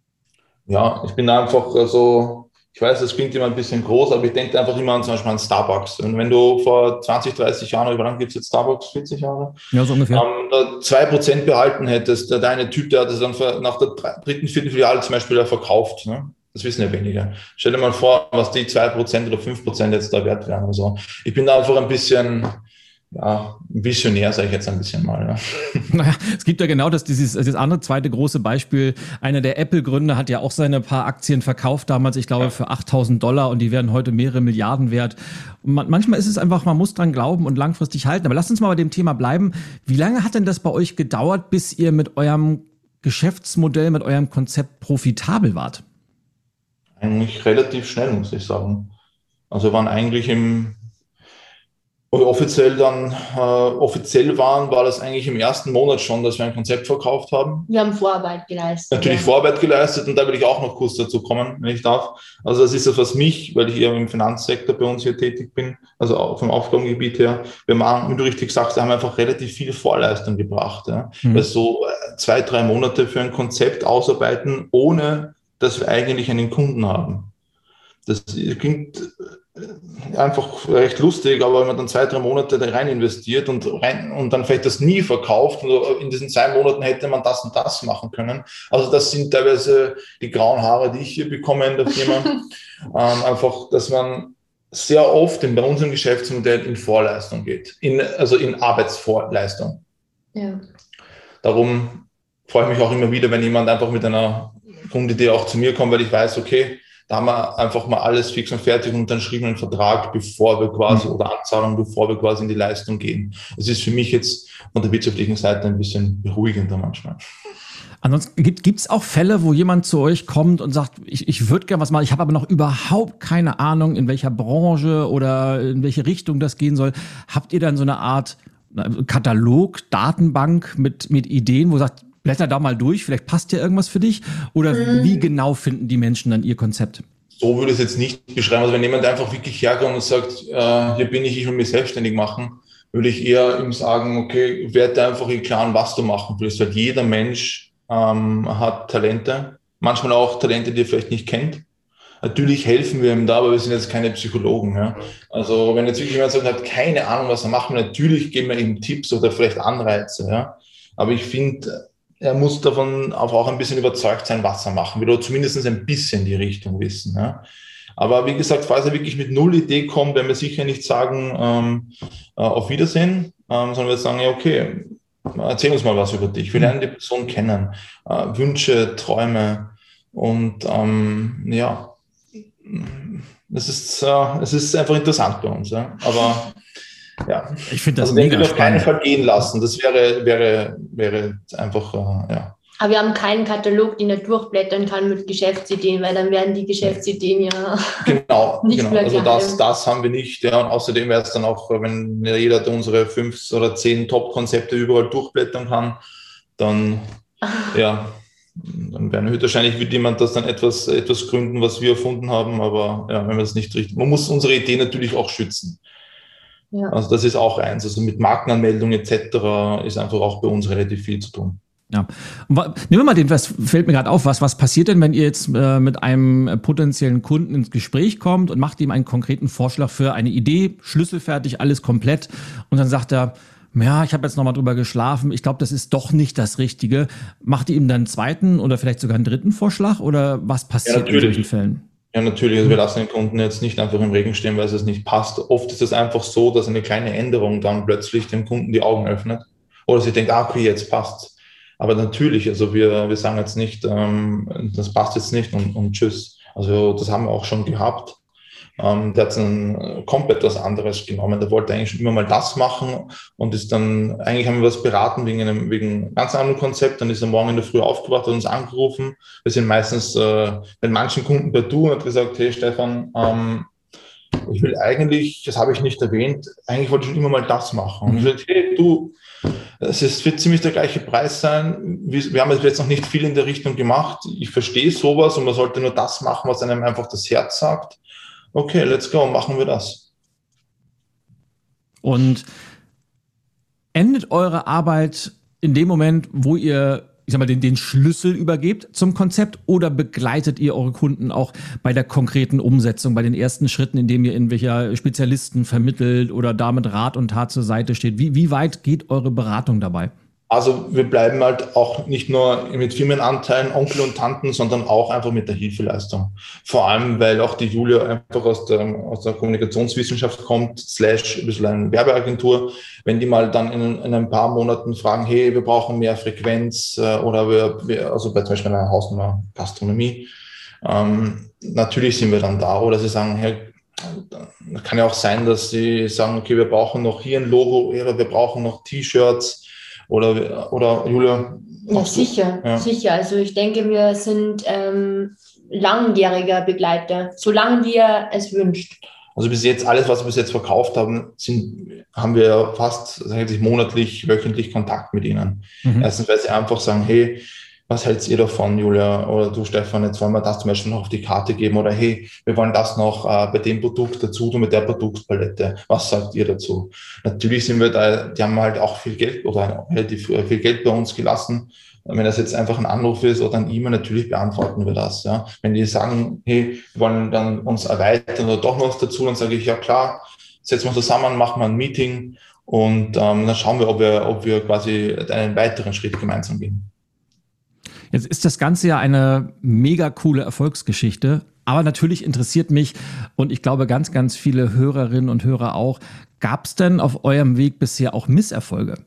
Speaker 3: Ja, ich bin einfach so, ich weiß, das klingt immer ein bisschen groß, aber ich denke einfach immer an zum Beispiel an Starbucks. Und wenn du vor zwanzig, dreißig Jahren, oder wie lange gibt es jetzt Starbucks? vierzig Jahre?
Speaker 1: Ja, so ungefähr.
Speaker 3: Ähm, zwei Prozent behalten hättest, der deine Typ, der hat es dann nach der dritten, vierten Filiale zum Beispiel verkauft. Ne? Das wissen ja weniger. Stell dir mal vor, was die zwei Prozent oder fünf Prozent jetzt da wert wären. Also ich bin da einfach ein bisschen, ja, visionär, sage ich jetzt ein bisschen mal. Ja.
Speaker 1: Naja, es gibt ja genau das, dieses, das andere zweite große Beispiel. Einer der Apple-Gründer hat ja auch seine paar Aktien verkauft damals, ich glaube, ja. für achttausend Dollar und die werden heute mehrere Milliarden wert. Und man, manchmal ist es einfach, man muss dran glauben und langfristig halten. Aber lasst uns mal bei dem Thema bleiben. Wie lange hat denn das bei euch gedauert, bis ihr mit eurem Geschäftsmodell, mit eurem Konzept profitabel wart?
Speaker 3: Eigentlich relativ schnell, muss ich sagen. Also wir waren eigentlich im Wo wir offiziell dann äh, offiziell waren, war das eigentlich im ersten Monat schon, dass wir ein Konzept verkauft haben.
Speaker 2: Wir haben Vorarbeit geleistet.
Speaker 3: Natürlich ja. Vorarbeit geleistet und da will ich auch noch kurz dazu kommen, wenn ich darf. Also das ist das, was mich, weil ich eher im Finanzsektor bei uns hier tätig bin, also auch vom Aufgabengebiet her, wir machen, wie du richtig sagst, haben einfach relativ viel Vorleistung gebracht. Ja. Mhm. Weil so zwei, drei Monate für ein Konzept ausarbeiten, ohne dass wir eigentlich einen Kunden haben. Das klingt einfach recht lustig, aber wenn man dann zwei, drei Monate da rein investiert und, rein, und dann vielleicht das nie verkauft und in diesen zwei Monaten hätte man das und das machen können. Also das sind teilweise die grauen Haare, die ich hier bekomme in der Firma. ähm, einfach, dass man sehr oft in, bei unserem Geschäftsmodell in Vorleistung geht, in, also in Arbeitsvorleistung.
Speaker 2: Ja.
Speaker 3: Darum freue ich mich auch immer wieder, wenn jemand einfach mit einer Grundidee auch zu mir kommt, weil ich weiß, okay, da haben wir einfach mal alles fix und fertig und dann schrieben wir einen Vertrag, bevor wir quasi, mhm. oder Anzahlung, bevor wir quasi in die Leistung gehen. Es ist für mich jetzt von der wirtschaftlichen Seite ein bisschen beruhigender manchmal.
Speaker 1: Ansonsten gibt es auch Fälle, wo jemand zu euch kommt und sagt, ich, ich würde gerne was machen, ich habe aber noch überhaupt keine Ahnung, in welcher Branche oder in welche Richtung das gehen soll. Habt ihr dann so eine Art Katalog, Datenbank mit, mit Ideen, wo ihr sagt, blätter da mal durch, vielleicht passt ja irgendwas für dich? Oder mhm. wie genau finden die Menschen dann ihr Konzept?
Speaker 3: So würde ich es jetzt nicht beschreiben. Also wenn jemand einfach wirklich herkommt und sagt, äh, hier bin ich, ich will mich selbstständig machen, würde ich eher ihm sagen, okay, werde einfach im Klaren, was du machen willst. Weil jeder Mensch ähm, hat Talente, manchmal auch Talente, die er vielleicht nicht kennt. Natürlich helfen wir ihm da, aber wir sind jetzt keine Psychologen. Ja? Also wenn jetzt wirklich jemand sagt, er hat keine Ahnung, was er machen will, natürlich geben wir ihm Tipps oder vielleicht Anreize. Ja? Aber ich finde, er muss davon auch ein bisschen überzeugt sein, was er machen will, oder zumindest ein bisschen die Richtung wissen. Ja. Aber wie gesagt, falls er wirklich mit null Idee kommt, werden wir sicher nicht sagen, ähm, äh, auf Wiedersehen, ähm, sondern wir sagen, ja, okay, erzähl uns mal was über dich. Wir lernen die Person kennen, äh, Wünsche, Träume und ähm, ja, es ist, äh, es ist einfach interessant bei uns. Ja. Aber ja,
Speaker 1: ich finde das
Speaker 3: also
Speaker 1: mega
Speaker 3: spannend. Auf keinen Fall gehen lassen. Das wäre, wäre, wäre einfach, äh, ja.
Speaker 2: Aber wir haben keinen Katalog, den er durchblättern kann mit Geschäftsideen, weil dann werden die Geschäftsideen ja
Speaker 3: genau,
Speaker 2: nicht
Speaker 3: genau.
Speaker 2: mehr
Speaker 3: Also
Speaker 2: geheim.
Speaker 3: das, das haben wir nicht. Ja. Und außerdem wäre es dann auch, wenn jeder unsere fünf oder zehn Top-Konzepte überall durchblättern kann, dann, ja, dann werden höchstwahrscheinlich wird jemand das dann etwas, etwas gründen, was wir erfunden haben. Aber ja, wenn wir das nicht richtig, man muss unsere Idee natürlich auch schützen. Ja. Also das ist auch eins. Also mit Markenanmeldung et cetera ist einfach auch bei uns relativ viel zu tun.
Speaker 1: Ja. Nehmen wir mal den, was fällt mir gerade auf, was, was passiert denn, wenn ihr jetzt äh, mit einem potenziellen Kunden ins Gespräch kommt und macht ihm einen konkreten Vorschlag für eine Idee, schlüsselfertig, alles komplett und dann sagt er, ja, ich habe jetzt nochmal drüber geschlafen, ich glaube, das ist doch nicht das Richtige. Macht ihr ihm dann einen zweiten oder vielleicht sogar einen dritten Vorschlag oder was passiert ja, in solchen Fällen?
Speaker 3: Ja, natürlich. Also wir lassen den Kunden jetzt nicht einfach im Regen stehen, weil es nicht passt. Oft ist es einfach so, dass eine kleine Änderung dann plötzlich dem Kunden die Augen öffnet. Oder sie denkt, ah, okay, jetzt passt's. Aber natürlich, also wir, wir sagen jetzt nicht, ähm, das passt jetzt nicht und, und tschüss. Also das haben wir auch schon gehabt. Ähm, der hat dann komplett was anderes genommen. Der wollte eigentlich schon immer mal das machen und ist dann, eigentlich haben wir was beraten wegen einem, wegen einem ganz anderen Konzept. Dann ist er morgen in der Früh aufgewacht, hat uns angerufen. Wir sind meistens äh, mit manchen Kunden per Du und hat gesagt, hey Stefan, ähm, ich will eigentlich, das habe ich nicht erwähnt, eigentlich wollte ich schon immer mal das machen. Und ich sagte, hey du, es ist, wird ziemlich der gleiche Preis sein. Wir, wir haben jetzt noch nicht viel in der Richtung gemacht. Ich verstehe sowas und man sollte nur das machen, was einem einfach das Herz sagt. Okay, let's go, machen wir das.
Speaker 1: Und endet eure Arbeit in dem Moment, wo ihr, ich sag mal, den, den Schlüssel übergebt zum Konzept oder begleitet ihr eure Kunden auch bei der konkreten Umsetzung, bei den ersten Schritten, indem ihr irgendwelche Spezialisten vermittelt oder damit Rat und Tat zur Seite steht? Wie, wie weit geht eure Beratung dabei?
Speaker 3: Also wir bleiben halt auch nicht nur mit Firmenanteilen, Onkel und Tanten, sondern auch einfach mit der Hilfeleistung. Vor allem, weil auch die Julia einfach aus der, aus der Kommunikationswissenschaft kommt, slash ein bisschen eine Werbeagentur. Wenn die mal dann in, in ein paar Monaten fragen, hey, wir brauchen mehr Frequenz äh, oder wir, wir, also bei zum Beispiel einer Hausnummer Gastronomie, ähm, natürlich sind wir dann da. Oder sie sagen, hey, kann ja auch sein, dass sie sagen, okay, wir brauchen noch hier ein Logo oder wir brauchen noch T-Shirts. Oder, oder Julia?
Speaker 2: Ja, sicher, ja. sicher. Also ich denke, wir sind ähm, langjähriger Begleiter, solange wir es wünscht.
Speaker 3: Also bis jetzt, alles, was wir bis jetzt verkauft haben, sind, haben wir fast sagen wir, monatlich, wöchentlich Kontakt mit ihnen. Mhm. Erstens, weil sie einfach sagen, hey, was hältst ihr davon, Julia? Oder du, Stefan, jetzt wollen wir das zum Beispiel noch auf die Karte geben. Oder hey, wir wollen das noch äh, bei dem Produkt dazu tun, mit der Produktpalette. Was sagt ihr dazu? Natürlich sind wir da, die haben halt auch viel Geld oder relativ viel Geld bei uns gelassen. Wenn das jetzt einfach ein Anruf ist oder ein E-Mail, natürlich beantworten wir das. Ja. Wenn die sagen, hey, wir wollen dann uns erweitern oder doch noch was dazu, dann sage ich, ja klar, setzen wir uns zusammen, machen wir ein Meeting und ähm, dann schauen wir, ob wir, ob wir quasi einen weiteren Schritt gemeinsam gehen.
Speaker 1: Jetzt ist das Ganze ja eine mega coole Erfolgsgeschichte. Aber natürlich interessiert mich und ich glaube ganz, ganz viele Hörerinnen und Hörer auch, gab es denn auf eurem Weg bisher auch Misserfolge?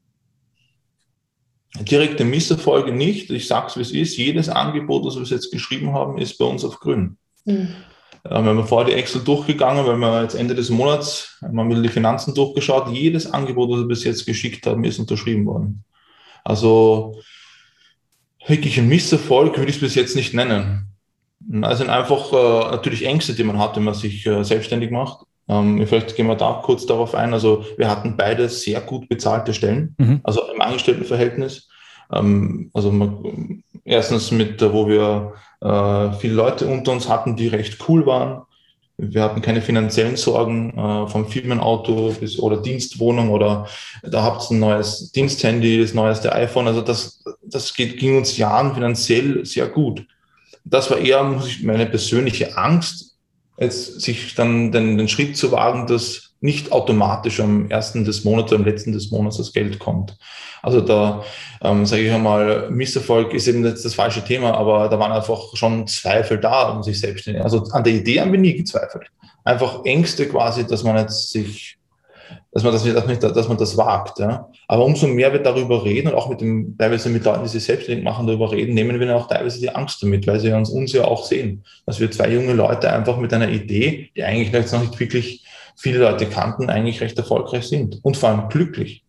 Speaker 3: Direkte Misserfolge nicht. Ich sage es, wie es ist. Jedes Angebot, das wir jetzt geschrieben haben, ist bei uns auf grün. Mhm. Wir haben vorher die Excel durchgegangen, weil wir jetzt Ende des Monats haben wir die Finanzen durchgeschaut. Jedes Angebot, das wir bis jetzt geschickt haben, ist unterschrieben worden. Also wirklich ein Misserfolg würde ich es bis jetzt nicht nennen. Das sind einfach äh, natürlich Ängste, die man hat, wenn man sich äh, selbstständig macht. Ähm, vielleicht gehen wir da kurz darauf ein. Also wir hatten beide sehr gut bezahlte Stellen, mhm. also im Angestelltenverhältnis. Ähm, also man, erstens mit, wo wir äh, viele Leute unter uns hatten, die recht cool waren. Wir hatten keine finanziellen Sorgen, äh, vom Firmenauto bis oder Dienstwohnung oder da habt ihr ein neues Diensthandy, das neueste iPhone. Also das, das geht, ging uns Jahren finanziell sehr gut. Das war eher, muss ich, meine persönliche Angst, jetzt sich dann den, den Schritt zu wagen, dass nicht automatisch am ersten des Monats, am letzten des Monats das Geld kommt. Also da, ähm, sage ich einmal, Misserfolg ist eben jetzt das falsche Thema, aber da waren einfach schon Zweifel da, um sich selbstständig. Also an der Idee haben wir nie gezweifelt. Einfach Ängste quasi, dass man jetzt sich, dass man das, dass man, dass man das wagt. Ja. Aber umso mehr wir darüber reden und auch mit dem, teilweise mit Leuten, die sich selbstständig machen, darüber reden, nehmen wir dann auch teilweise die Angst damit, weil sie uns, uns ja auch sehen, dass wir zwei junge Leute einfach mit einer Idee, die eigentlich jetzt noch nicht wirklich viele Leute kannten, eigentlich recht erfolgreich sind und vor allem glücklich.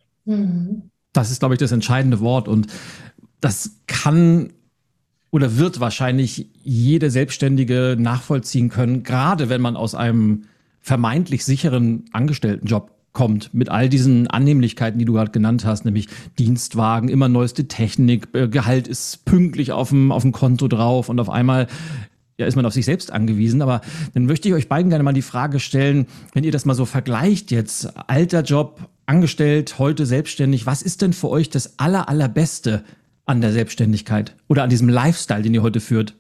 Speaker 1: Das ist, glaube ich, das entscheidende Wort und das kann oder wird wahrscheinlich jede Selbstständige nachvollziehen können, gerade wenn man aus einem vermeintlich sicheren Angestelltenjob kommt, mit all diesen Annehmlichkeiten, die du gerade genannt hast, nämlich Dienstwagen, immer neueste Technik, Gehalt ist pünktlich auf dem, auf dem Konto drauf und auf einmal ja, ist man auf sich selbst angewiesen. Aber dann möchte ich euch beiden gerne mal die Frage stellen, wenn ihr das mal so vergleicht jetzt, alter Job, angestellt, heute selbstständig, was ist denn für euch das aller, allerbeste an der Selbstständigkeit oder an diesem Lifestyle, den ihr heute führt?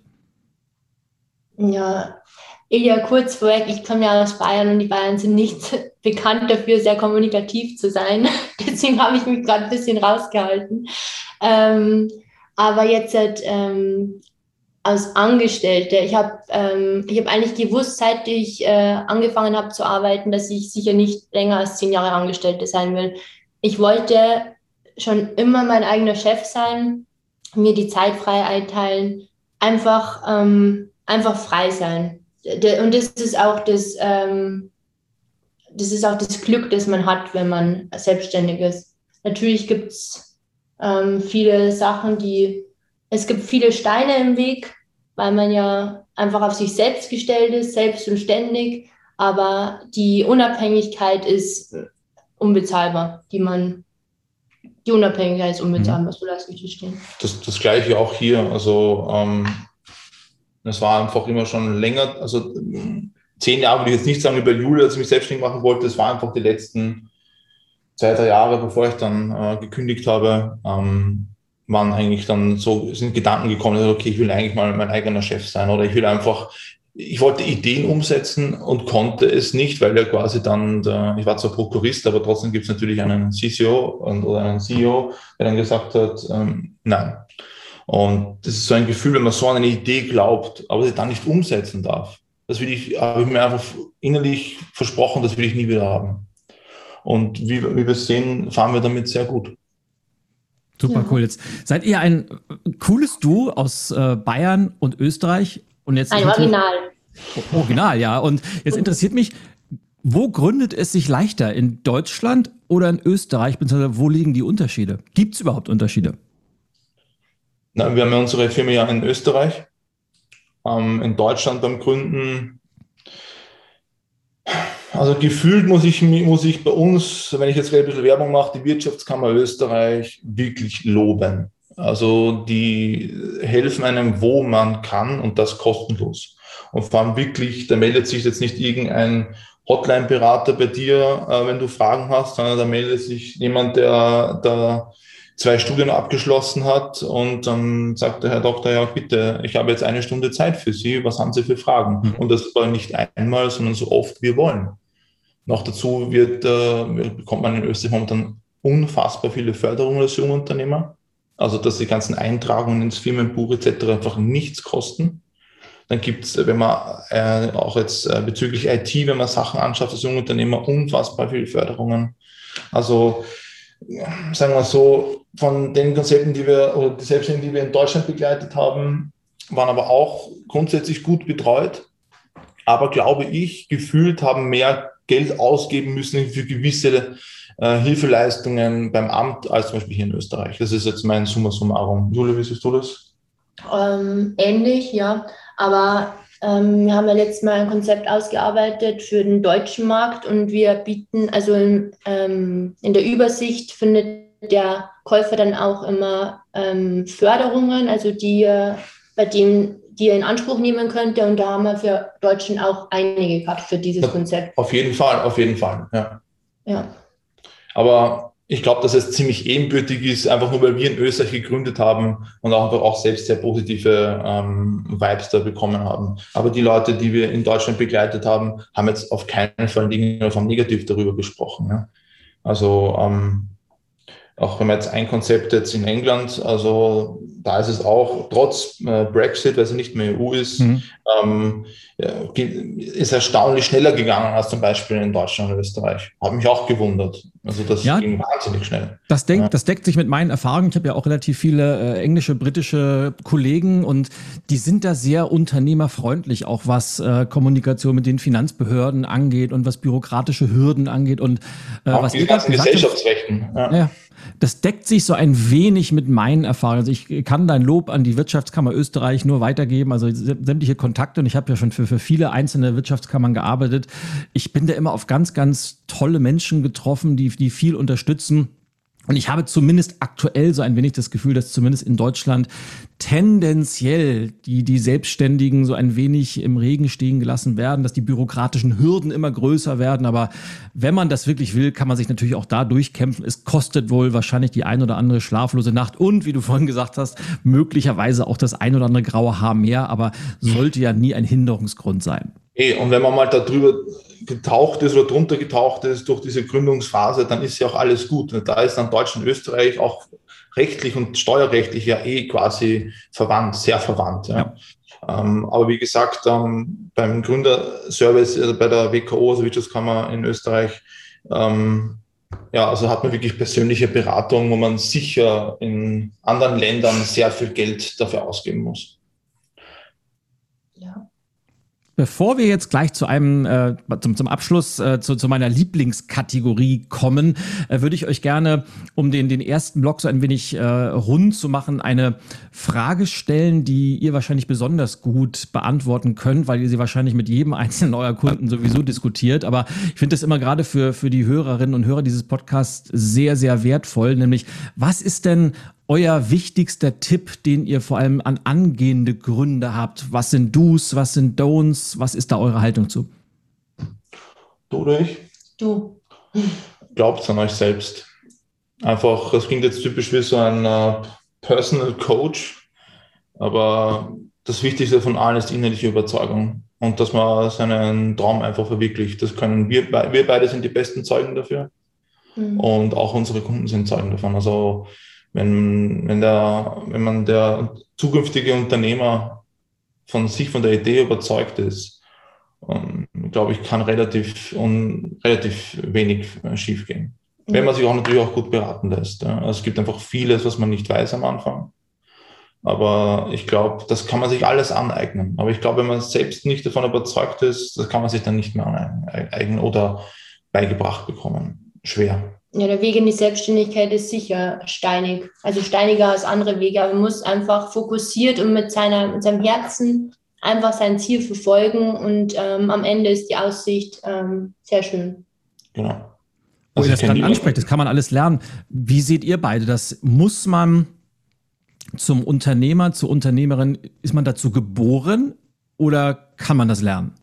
Speaker 2: Ja, ja, kurz vorweg, ich komme ja aus Bayern und die Bayern sind nicht bekannt dafür, sehr kommunikativ zu sein. Deswegen habe ich mich gerade ein bisschen rausgehalten. Ähm, aber jetzt halt, ähm, als Angestellte, ich habe ähm, ich hab eigentlich gewusst, seit ich äh, angefangen habe zu arbeiten, dass ich sicher nicht länger als zehn Jahre Angestellte sein will. Ich wollte schon immer mein eigener Chef sein, mir die Zeit frei einteilen, einfach, ähm, einfach frei sein. Und das ist auch das, ähm, das ist auch das Glück, das man hat, wenn man selbstständig ist. Natürlich gibt es ähm, viele Sachen, die, es gibt viele Steine im Weg, weil man ja einfach auf sich selbst gestellt ist, selbst und ständig, aber die Unabhängigkeit ist unbezahlbar, die man, die Unabhängigkeit ist unbezahlbar, mhm. so lasse ich das stehen.
Speaker 3: Das, das Gleiche auch hier, also ähm das war einfach immer schon länger, also zehn Jahre würde ich jetzt nicht sagen über Julia, als ich mich selbstständig machen wollte, das war einfach die letzten zwei, drei Jahre, bevor ich dann äh, gekündigt habe, ähm, waren eigentlich dann so, sind Gedanken gekommen, okay, ich will eigentlich mal mein eigener Chef sein oder ich will einfach, ich wollte Ideen umsetzen und konnte es nicht, weil ja quasi dann, der, ich war zwar Prokurist, aber trotzdem gibt es natürlich einen C C O und, oder einen C E O, der dann gesagt hat, ähm, nein. Und das ist so ein Gefühl, wenn man so an eine Idee glaubt, aber sie dann nicht umsetzen darf. Das will ich, habe ich mir einfach innerlich versprochen, das will ich nie wieder haben. Und wie, wie wir sehen, fahren wir damit sehr gut.
Speaker 1: Super cool. Jetzt seid ihr ein cooles Duo aus äh, Bayern und Österreich. Und jetzt
Speaker 2: ein Original.
Speaker 1: Original, ja. Und jetzt interessiert mich, wo gründet es sich leichter? In Deutschland oder in Österreich? Beziehungsweise wo liegen die Unterschiede? Gibt es überhaupt Unterschiede?
Speaker 3: Na, wir haben ja unsere Firma ja in Österreich. Ähm, in Deutschland beim Gründen. Also gefühlt muss ich, muss ich bei uns, wenn ich jetzt ein bisschen Werbung mache, die Wirtschaftskammer Österreich wirklich loben. Also die helfen einem, wo man kann und das kostenlos. Und vor allem wirklich, da meldet sich jetzt nicht irgendein Hotline-Berater bei dir, äh, wenn du Fragen hast, sondern da meldet sich jemand, der da zwei Studien abgeschlossen hat und dann sagt der Herr Doktor, ja bitte, ich habe jetzt eine Stunde Zeit für Sie, was haben Sie für Fragen? Mhm. Und das war nicht einmal, sondern so oft wir wollen. Noch dazu wird, äh, bekommt man in Österreich momentan unfassbar viele Förderungen als Jungunternehmer, also dass die ganzen Eintragungen ins Firmenbuch et cetera einfach nichts kosten. Dann gibt es, wenn man äh, auch jetzt äh, bezüglich I T, wenn man Sachen anschafft als Jungunternehmer, unfassbar viele Förderungen. Also sagen wir so, von den Konzepten, die wir oder die Selbstständigen, die wir in Deutschland begleitet haben, waren aber auch grundsätzlich gut betreut. Aber glaube ich, gefühlt haben mehr Geld ausgeben müssen für gewisse äh, Hilfeleistungen beim Amt als zum Beispiel hier in Österreich. Das ist jetzt mein Summa summarum. Julia, wie siehst du das?
Speaker 2: Ähm, ähnlich, ja. Aber ähm, wir haben ja letztes Mal ein Konzept ausgearbeitet für den deutschen Markt und wir bieten, also in, ähm, in der Übersicht findet der Käufer dann auch immer ähm, Förderungen, also die, bei denen die er in Anspruch nehmen könnte. Und da haben wir für Deutschen auch einige gehabt für dieses Konzept.
Speaker 3: Auf jeden Fall, auf jeden Fall, ja.
Speaker 2: Ja.
Speaker 3: Aber ich glaube, dass es ziemlich ebenbürtig ist, einfach nur weil wir in Österreich gegründet haben und auch einfach auch selbst sehr positive ähm, Vibes da bekommen haben. Aber die Leute, die wir in Deutschland begleitet haben, haben jetzt auf keinen Fall negativ darüber gesprochen. Ja. Also ähm, auch wenn man jetzt ein Konzept jetzt in England, also da ist es auch, trotz äh, Brexit, weil sie nicht mehr E U ist, mhm. ähm, ist erstaunlich schneller gegangen als zum Beispiel in Deutschland und Österreich. Hat mich auch gewundert. Also das
Speaker 1: ja,
Speaker 3: ging wahnsinnig schnell.
Speaker 1: Das, denk, ja. das deckt sich mit meinen Erfahrungen. Ich habe ja auch relativ viele äh, englische, britische Kollegen und die sind da sehr unternehmerfreundlich, auch was äh, Kommunikation mit den Finanzbehörden angeht und was bürokratische Hürden angeht. Und äh,
Speaker 3: auch
Speaker 1: was
Speaker 3: die ganzen Gesellschaftsrechten.
Speaker 1: Ja. Ja. Das deckt sich so ein wenig mit meinen Erfahrungen. Also ich kann dein Lob an die Wirtschaftskammer Österreich nur weitergeben. Also sämtliche Kontakte, und ich habe ja schon für, für viele einzelne Wirtschaftskammern gearbeitet. Ich bin da immer auf ganz, ganz tolle Menschen getroffen, die, die viel unterstützen. Und ich habe zumindest aktuell so ein wenig das Gefühl, dass zumindest in Deutschland tendenziell die, die Selbstständigen so ein wenig im Regen stehen gelassen werden, dass die bürokratischen Hürden immer größer werden. Aber wenn man das wirklich will, kann man sich natürlich auch da durchkämpfen. Es kostet wohl wahrscheinlich die ein oder andere schlaflose Nacht und, wie du vorhin gesagt hast, möglicherweise auch das ein oder andere graue Haar mehr. Aber sollte ja nie ein Hinderungsgrund sein.
Speaker 3: Hey, und wenn man mal da drüber getaucht ist oder drunter getaucht ist durch diese Gründungsphase, dann ist ja auch alles gut. Und da ist dann Deutschland und Österreich auch rechtlich und steuerrechtlich ja eh quasi verwandt, sehr verwandt. Ja. Ja. Ähm, aber wie gesagt, ähm, beim Gründerservice, also bei der W K O, also Wirtschaftskammer in Österreich, ähm, ja, also hat man wirklich persönliche Beratung, wo man sicher in anderen Ländern sehr viel Geld dafür ausgeben muss.
Speaker 2: Ja.
Speaker 1: Bevor wir jetzt gleich zu einem äh, zum, zum Abschluss äh, zu, zu meiner Lieblingskategorie kommen, äh, würde ich euch gerne, um den, den ersten Block so ein wenig äh, rund zu machen, eine Frage stellen, die ihr wahrscheinlich besonders gut beantworten könnt, weil ihr sie wahrscheinlich mit jedem einzelnen eurer Kunden sowieso diskutiert. Aber ich finde das immer gerade für, für die Hörerinnen und Hörer dieses Podcasts sehr, sehr wertvoll. Nämlich, was ist denn euer wichtigster Tipp, den ihr vor allem an angehende Gründer habt? Was sind Do's, was sind Don'ts? Was ist da eure Haltung zu?
Speaker 3: Du oder ich?
Speaker 2: Du.
Speaker 3: Glaubt an euch selbst. Einfach, das klingt jetzt typisch wie so ein uh, Personal Coach, aber das Wichtigste von allen ist die innerliche Überzeugung und dass man seinen Traum einfach verwirklicht. Das können wir, wir beide sind die besten Zeugen dafür mhm. und auch unsere Kunden sind Zeugen davon. Also Wenn, wenn, der, wenn man der zukünftige Unternehmer von sich, von der Idee überzeugt ist, um, glaube ich, kann relativ, um, relativ wenig schief gehen. Mhm. Wenn man sich auch natürlich auch gut beraten lässt. Ja. Also es gibt einfach vieles, was man nicht weiß am Anfang. Aber ich glaube, das kann man sich alles aneignen. Aber ich glaube, wenn man selbst nicht davon überzeugt ist, das kann man sich dann nicht mehr aneignen oder beigebracht bekommen. Schwer.
Speaker 2: Ja, der Weg in die Selbstständigkeit ist sicher steinig, also steiniger als andere Wege, aber man muss einfach fokussiert und mit, seiner, mit seinem Herzen einfach sein Ziel verfolgen und ähm, am Ende ist die Aussicht ähm, sehr schön.
Speaker 3: Genau.
Speaker 1: Wo ihr das gerade ansprecht, das kann man alles lernen. Wie seht ihr beide das? Muss man zum Unternehmer, zur Unternehmerin, ist man dazu geboren oder kann man das lernen?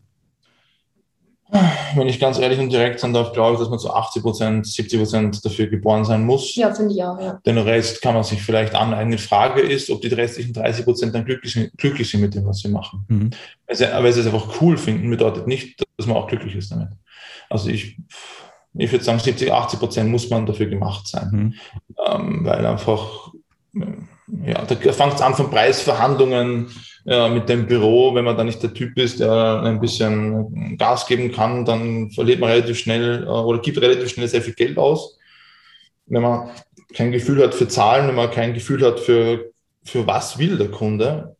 Speaker 3: Wenn ich ganz ehrlich und direkt sein darf, glaube ich, dass man zu achtzig Prozent, siebzig Prozent dafür geboren sein muss.
Speaker 2: Ja, finde ich auch, ja.
Speaker 3: Den Rest kann man sich vielleicht aneignen. Die Frage ist, ob die restlichen dreißig Prozent dann glücklich sind, glücklich sind mit dem, was sie machen. Mhm. Also, weil sie es einfach cool finden, bedeutet nicht, dass man auch glücklich ist damit. Also ich, ich würde sagen, siebzig, achtzig Prozent muss man dafür gemacht sein. Mhm. Ähm, weil einfach, ja, da fängt es an von Preisverhandlungen ja, mit dem Büro, wenn man da nicht der Typ ist, der ein bisschen Gas geben kann, dann verliert man relativ schnell äh, oder gibt relativ schnell sehr viel Geld aus. Wenn man kein Gefühl hat für Zahlen, wenn man kein Gefühl hat für, für was will der Kunde,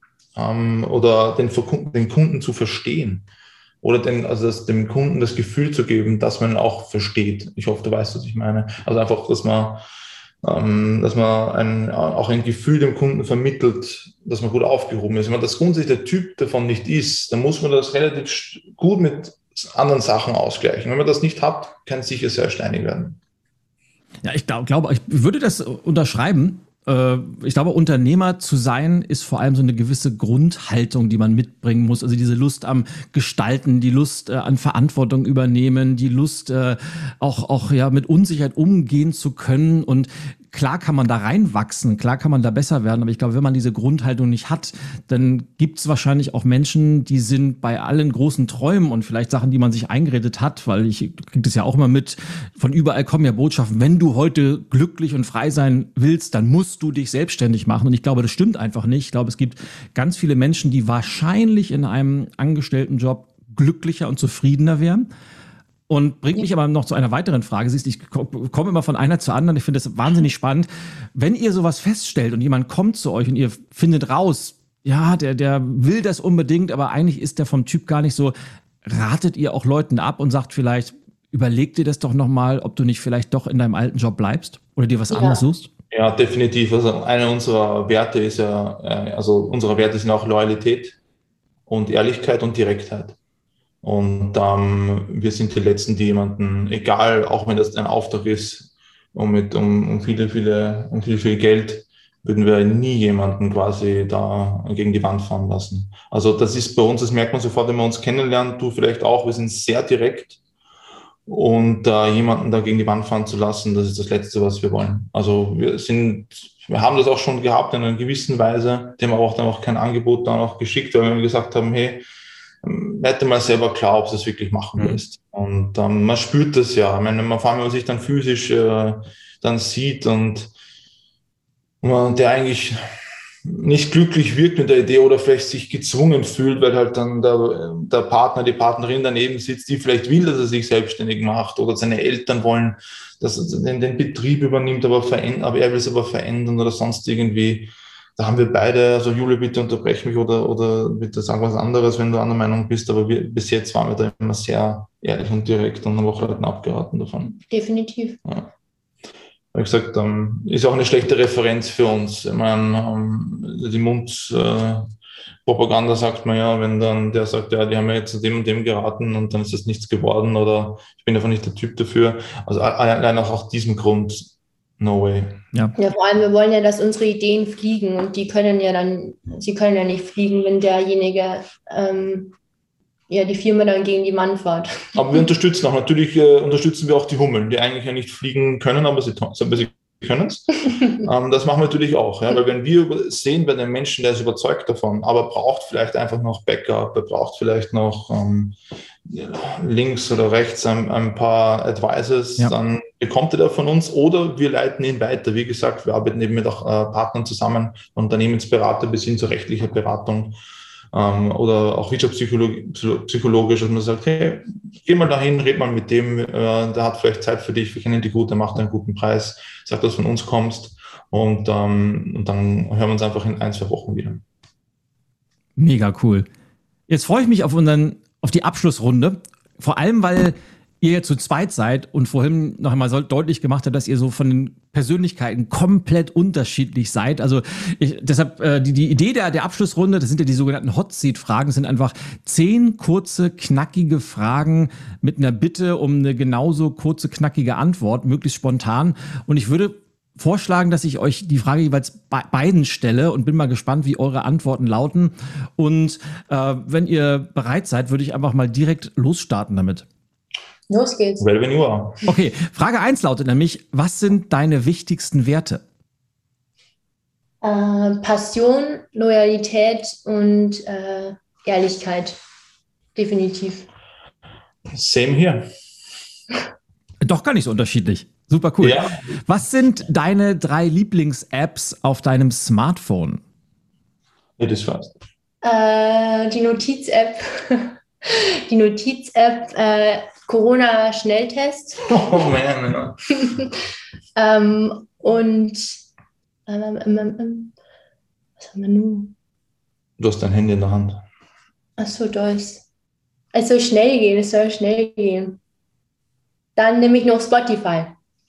Speaker 3: ähm, oder den, den Kunden zu verstehen. Oder den, also das, dem Kunden das Gefühl zu geben, dass man ihn auch versteht. Ich hoffe, du weißt, was ich meine. Also einfach, dass man, ähm, dass man ein, auch ein Gefühl dem Kunden vermittelt, dass man gut aufgehoben ist. Wenn man das grundsätzlich der Typ davon nicht ist, dann muss man das relativ gut mit anderen Sachen ausgleichen. Wenn man das nicht hat, kann es sicher sehr steinig werden.
Speaker 1: Ja, ich glaube, glaub, ich würde das unterschreiben. Ich glaube, Unternehmer zu sein ist vor allem so eine gewisse Grundhaltung, die man mitbringen muss. Also diese Lust am Gestalten, die Lust äh, an Verantwortung übernehmen, die Lust äh, auch auch ja mit Unsicherheit umgehen zu können. Und klar kann man da reinwachsen, klar kann man da besser werden. Aber ich glaube, wenn man diese Grundhaltung nicht hat, dann gibt es wahrscheinlich auch Menschen, die sind bei allen großen Träumen und vielleicht Sachen, die man sich eingeredet hat, weil ich kriege das ja auch immer mit, von überall kommen ja Botschaften, wenn du heute glücklich und frei sein willst, dann musst du dich selbstständig machen. Und ich glaube, das stimmt einfach nicht. Ich glaube, es gibt ganz viele Menschen, die wahrscheinlich in einem Angestelltenjob glücklicher und zufriedener wären. Und bringt mich aber noch zu einer weiteren Frage. Siehst, ich komme immer von einer zur anderen. Ich finde das wahnsinnig spannend. Wenn ihr sowas feststellt und jemand kommt zu euch und ihr findet raus, ja, der, der will das unbedingt, aber eigentlich ist der vom Typ gar nicht so, ratet ihr auch Leuten ab und sagt vielleicht, überleg dir das doch nochmal, ob du nicht vielleicht doch in deinem alten Job bleibst oder dir was ja. anderes suchst?
Speaker 3: Ja, definitiv. Also einer unserer Werte ist ja, also unsere Werte sind auch Loyalität und Ehrlichkeit und Direktheit. Und ähm, wir sind die Letzten, die jemanden, egal, auch wenn das ein Auftrag ist, um mit um, um viele, viele, um viel, viel Geld, würden wir nie jemanden quasi da gegen die Wand fahren lassen. Also das ist bei uns, das merkt man sofort, wenn man uns kennenlernt, du vielleicht auch, wir sind sehr direkt. Und äh, jemanden da gegen die Wand fahren zu lassen, das ist das Letzte, was wir wollen. Also wir sind, wir haben das auch schon gehabt in einer gewissen Weise, dem aber auch dann auch kein Angebot dann auch geschickt, weil wir gesagt haben, hey, hätte mal selber klar, ob du es wirklich machen willst. Mhm. Und ähm, man spürt das ja. Ich meine, man, vor allem, wenn man sich dann physisch äh, dann sieht und man, der eigentlich nicht glücklich wirkt mit der Idee oder vielleicht sich gezwungen fühlt, weil halt dann der, der Partner, die Partnerin daneben sitzt, die vielleicht will, dass er sich selbstständig macht oder seine Eltern wollen, dass er den, den Betrieb übernimmt, aber, verändern, aber er will es aber verändern oder sonst irgendwie. Da haben wir beide, also Jule, bitte unterbrech mich oder, oder bitte sag was anderes, wenn du anderer Meinung bist, aber wir, bis jetzt waren wir da immer sehr ehrlich und direkt und haben auch Leuten abgeraten davon.
Speaker 2: Definitiv.
Speaker 3: Ja. Wie gesagt, ähm, ist auch eine schlechte Referenz für uns. Ich meine, ähm, die Mundpropaganda äh, sagt man ja, wenn dann der sagt, ja, die haben ja jetzt zu dem und dem geraten und dann ist das nichts geworden oder ich bin einfach nicht der Typ dafür. Also allein auch aus diesem Grund, no way.
Speaker 2: Ja. ja, vor allem, wir wollen ja, dass unsere Ideen fliegen und die können ja dann, sie können ja nicht fliegen, wenn derjenige ähm, ja die Firma dann gegen die Wand fährt.
Speaker 3: Aber wir unterstützen auch, natürlich äh, unterstützen wir auch die Hummeln, die eigentlich ja nicht fliegen können, aber sie, aber sie können es. ähm, das machen wir natürlich auch, ja, weil wenn wir sehen bei den Menschen, der ist überzeugt davon, aber braucht vielleicht einfach noch Backup, er braucht vielleicht noch ähm, links oder rechts ein, ein paar Advices, ja. Dann bekommt er da von uns oder wir leiten ihn weiter. Wie gesagt, wir arbeiten eben mit auch äh, Partnern zusammen, Unternehmensberater bis hin zu rechtlicher Beratung ähm, oder auch wirtschaftspsychologisch, dass man sagt, hey, geh mal dahin, red mal mit dem, äh, der hat vielleicht Zeit für dich, wir kennen die gut, der macht einen guten Preis, sag, dass du von uns kommst und, ähm, und dann hören wir uns einfach in ein, zwei Wochen wieder.
Speaker 1: Mega cool. Jetzt freue ich mich auf unseren auf die Abschlussrunde, vor allem, weil ihr ja zu zweit seid und vorhin noch einmal so deutlich gemacht habt, dass ihr so von den Persönlichkeiten komplett unterschiedlich seid. Also ich, deshalb äh, die, die Idee der, der Abschlussrunde, das sind ja die sogenannten Hot Seat Fragen, das sind einfach zehn kurze, knackige Fragen mit einer Bitte um eine genauso kurze, knackige Antwort, möglichst spontan. Und ich würde vorschlagen, dass ich euch die Frage jeweils be- beiden stelle und bin mal gespannt, wie eure Antworten lauten. Und äh, wenn ihr bereit seid, würde ich einfach mal direkt losstarten damit.
Speaker 2: Los geht's.
Speaker 3: Well, when you are.
Speaker 1: Okay, Frage eins lautet nämlich, was sind deine wichtigsten Werte?
Speaker 2: Äh, Passion, Loyalität und äh, Ehrlichkeit. Definitiv.
Speaker 3: Same here.
Speaker 1: Doch gar nicht so unterschiedlich. Super cool. Ja. Was sind deine drei Lieblings-Apps auf deinem Smartphone?
Speaker 3: It is fast.
Speaker 2: Äh, die Notiz-App, die Notiz-App äh, Corona-Schnelltest.
Speaker 3: Oh man, ja.
Speaker 2: ähm, und ähm, ähm, ähm, was haben wir nun?
Speaker 3: Du hast dein Handy in der Hand.
Speaker 2: Achso, da ist. Es soll schnell gehen, es soll schnell gehen. Dann nehme ich noch Spotify.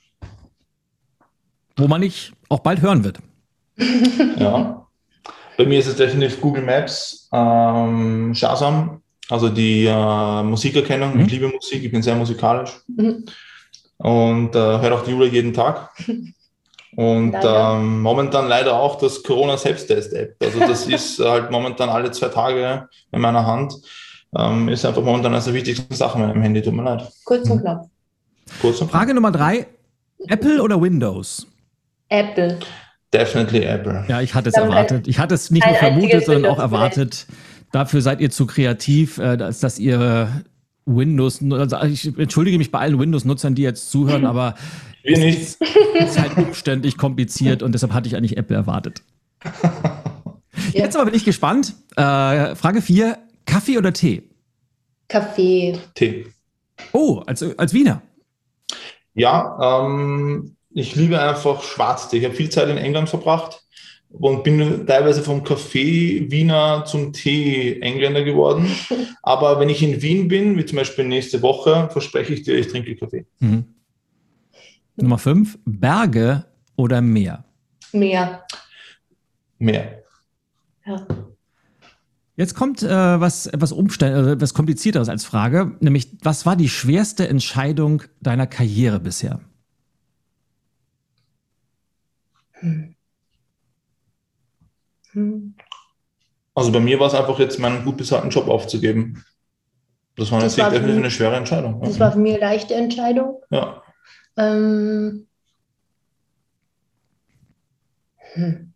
Speaker 1: Wo man nicht auch bald hören wird.
Speaker 3: Ja. Bei mir ist es definitiv Google Maps, ähm, Shazam, also die äh, Musikerkennung.
Speaker 1: Mhm.
Speaker 3: Ich liebe Musik, ich bin sehr musikalisch.
Speaker 2: Mhm.
Speaker 3: Und äh, höre auch die Jule jeden Tag. Und ähm, momentan leider auch das Corona-Selbsttest-App. Also das ist halt momentan alle zwei Tage in meiner Hand. Ähm, ist einfach momentan eines der wichtigsten Sachen mit meinem Handy. Tut mir leid.
Speaker 2: Kurz und knapp.
Speaker 3: Kurz und
Speaker 1: Frage Nummer drei. Apple oder Windows?
Speaker 2: Apple.
Speaker 3: Definitely Apple.
Speaker 1: Ja, ich hatte es
Speaker 2: Dann
Speaker 1: erwartet. Ich hatte es nicht
Speaker 2: kein
Speaker 1: nur vermutet,
Speaker 2: einziges
Speaker 1: sondern auch
Speaker 2: Windows
Speaker 1: erwartet. Dafür seid ihr zu kreativ, äh, dass, dass ihr Windows, also ich entschuldige mich bei allen Windows-Nutzern, die jetzt zuhören, aber
Speaker 3: Wir
Speaker 1: es
Speaker 3: nicht.
Speaker 1: ist, es ist halt umständlich, kompliziert und deshalb hatte ich eigentlich Apple erwartet.
Speaker 2: Ja.
Speaker 1: Jetzt aber bin ich gespannt. Äh, Frage vier. Kaffee oder Tee?
Speaker 2: Kaffee.
Speaker 3: Tee.
Speaker 1: Oh, als, als Wiener.
Speaker 3: Ja, ähm, ich liebe einfach Schwarztee. Ich habe viel Zeit in England verbracht und bin teilweise vom Kaffee Wiener zum Tee Engländer geworden. Aber wenn ich in Wien bin, wie zum Beispiel nächste Woche, verspreche ich dir, ich trinke Kaffee.
Speaker 1: Mhm. Nummer fünf. Berge oder Meer?
Speaker 2: Meer.
Speaker 3: Meer.
Speaker 2: Ja.
Speaker 1: Jetzt kommt äh, was etwas umständ- äh, was komplizierteres als Frage, nämlich was war die schwerste Entscheidung deiner Karriere bisher?
Speaker 2: Hm. Hm.
Speaker 3: Also bei mir war es einfach jetzt, meinen gut bezahlten Job aufzugeben. Das war
Speaker 2: Das
Speaker 3: jetzt
Speaker 2: war für
Speaker 3: definitiv
Speaker 2: mich-
Speaker 3: eine schwere Entscheidung.
Speaker 2: Das war für mich eine leichte Entscheidung.
Speaker 3: Ja.
Speaker 2: Ähm, hm.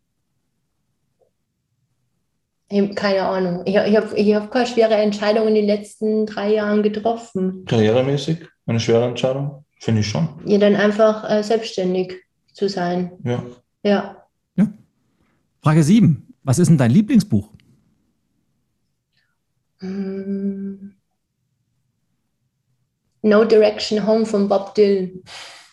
Speaker 2: Ich hab keine Ahnung. Ich, ich habe ich hab keine schwere Entscheidung in den letzten drei Jahren getroffen.
Speaker 3: Karrieremäßig eine schwere Entscheidung, finde ich schon.
Speaker 2: Ja, dann einfach äh, selbstständig zu sein.
Speaker 3: Ja.
Speaker 2: Ja.
Speaker 1: Frage sieben. Was ist denn dein Lieblingsbuch?
Speaker 2: Hm. No Direction Home von Bob Dylan.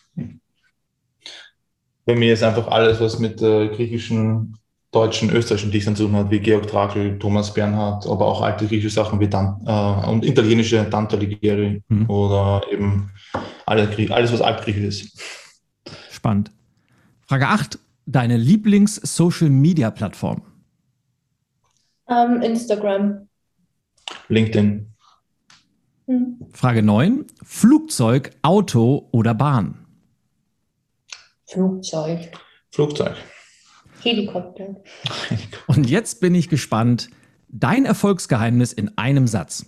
Speaker 3: Bei mir ist einfach alles, was mit äh, griechischen, deutschen, österreichischen Dichtern zu tun hat, wie Georg Trakl, Thomas Bernhard, aber auch alte griechische Sachen wie Dan äh, und italienische Dante Alighieri
Speaker 1: Mhm.
Speaker 3: oder eben alle, Grie- alles, was altgriechisch ist.
Speaker 1: Spannend. Frage acht. Deine Lieblings-Social-Media-Plattform?
Speaker 2: Ähm, Instagram.
Speaker 3: LinkedIn.
Speaker 2: Hm.
Speaker 1: Frage neun. Flugzeug, Auto oder Bahn?
Speaker 2: Flugzeug.
Speaker 3: Flugzeug.
Speaker 2: Helikopter.
Speaker 1: Und jetzt bin ich gespannt. Dein Erfolgsgeheimnis in einem Satz.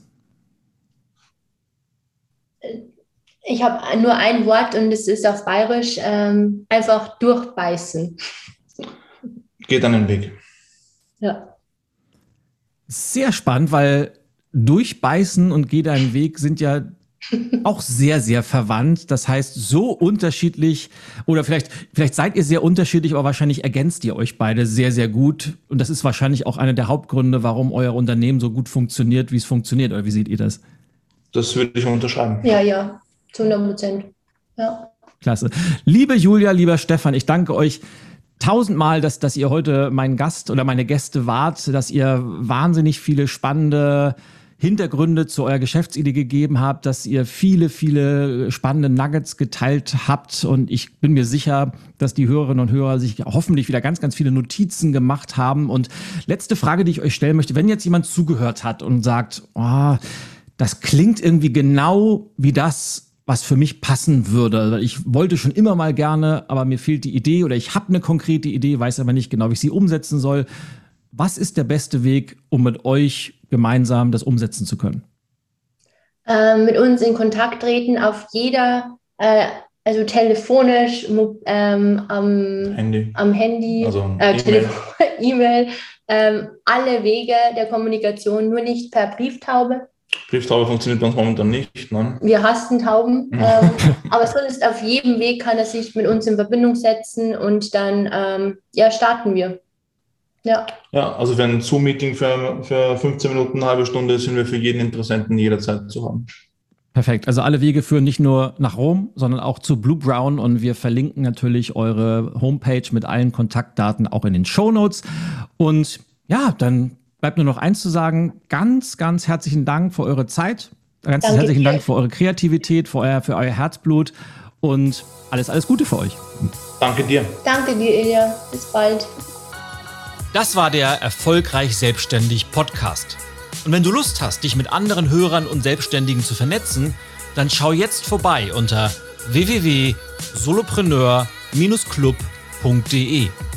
Speaker 2: Ich habe nur ein Wort und es ist auf Bayerisch. Ähm, einfach durchbeißen.
Speaker 3: Geht einen Weg.
Speaker 2: Ja.
Speaker 1: Sehr spannend, weil durchbeißen und geh deinen Weg sind ja auch sehr, sehr verwandt. Das heißt, so unterschiedlich oder vielleicht, vielleicht seid ihr sehr unterschiedlich, aber wahrscheinlich ergänzt ihr euch beide sehr, sehr gut. Und das ist wahrscheinlich auch einer der Hauptgründe, warum euer Unternehmen so gut funktioniert, wie es funktioniert. Oder wie seht ihr das?
Speaker 3: Das würde ich unterschreiben.
Speaker 2: Ja, ja. Zu hundert Prozent. Ja.
Speaker 1: Klasse. Liebe Julia, lieber Stefan, ich danke euch tausendmal, dass, dass ihr heute mein Gast oder meine Gäste wart, dass ihr wahnsinnig viele spannende Hintergründe zu eurer Geschäftsidee gegeben habt, dass ihr viele, viele spannende Nuggets geteilt habt und ich bin mir sicher, dass die Hörerinnen und Hörer sich hoffentlich wieder ganz, ganz viele Notizen gemacht haben. Und letzte Frage, die ich euch stellen möchte, wenn jetzt jemand zugehört hat und sagt, oh, das klingt irgendwie genau wie das, was für mich passen würde. Ich wollte schon immer mal gerne, aber mir fehlt die Idee oder ich habe eine konkrete Idee, weiß aber nicht genau, wie ich sie umsetzen soll. Was ist der beste Weg, um mit euch gemeinsam das umsetzen zu können?
Speaker 2: Ähm, mit uns in Kontakt treten auf jeder, äh, also telefonisch, mo- ähm, am,
Speaker 3: Handy.
Speaker 2: am Handy,
Speaker 3: Also
Speaker 2: äh,
Speaker 3: E-Mail.
Speaker 2: Telefon, E-Mail, ähm, alle Wege der Kommunikation, nur nicht per Brieftaube.
Speaker 3: Brieftaube funktioniert bei uns momentan nicht. Nein.
Speaker 2: Wir hassen Tauben, ähm, aber sonst auf jedem Weg kann er sich mit uns in Verbindung setzen und dann ähm, ja, starten wir. Ja.
Speaker 3: Ja, also für ein Zoom-Meeting für, für fünfzehn Minuten, eine halbe Stunde sind wir für jeden Interessenten jederzeit zu haben.
Speaker 1: Perfekt. Also alle Wege führen nicht nur nach Rom, sondern auch zu Blue Brown und wir verlinken natürlich eure Homepage mit allen Kontaktdaten auch in den Shownotes. Und ja, dann bleibt nur noch eins zu sagen. Ganz, ganz herzlichen Dank für eure Zeit. Ganz
Speaker 2: Danke
Speaker 1: herzlichen
Speaker 2: dir.
Speaker 1: Dank für eure Kreativität, für euer, für euer Herzblut und alles, alles Gute für euch.
Speaker 3: Danke dir.
Speaker 2: Danke dir, Ilja. Bis bald.
Speaker 1: Das war der Erfolgreich Selbstständig Podcast. Und wenn du Lust hast, dich mit anderen Hörern und Selbstständigen zu vernetzen, dann schau jetzt vorbei unter w w w punkt solopreneur Bindestrich club punkt d e.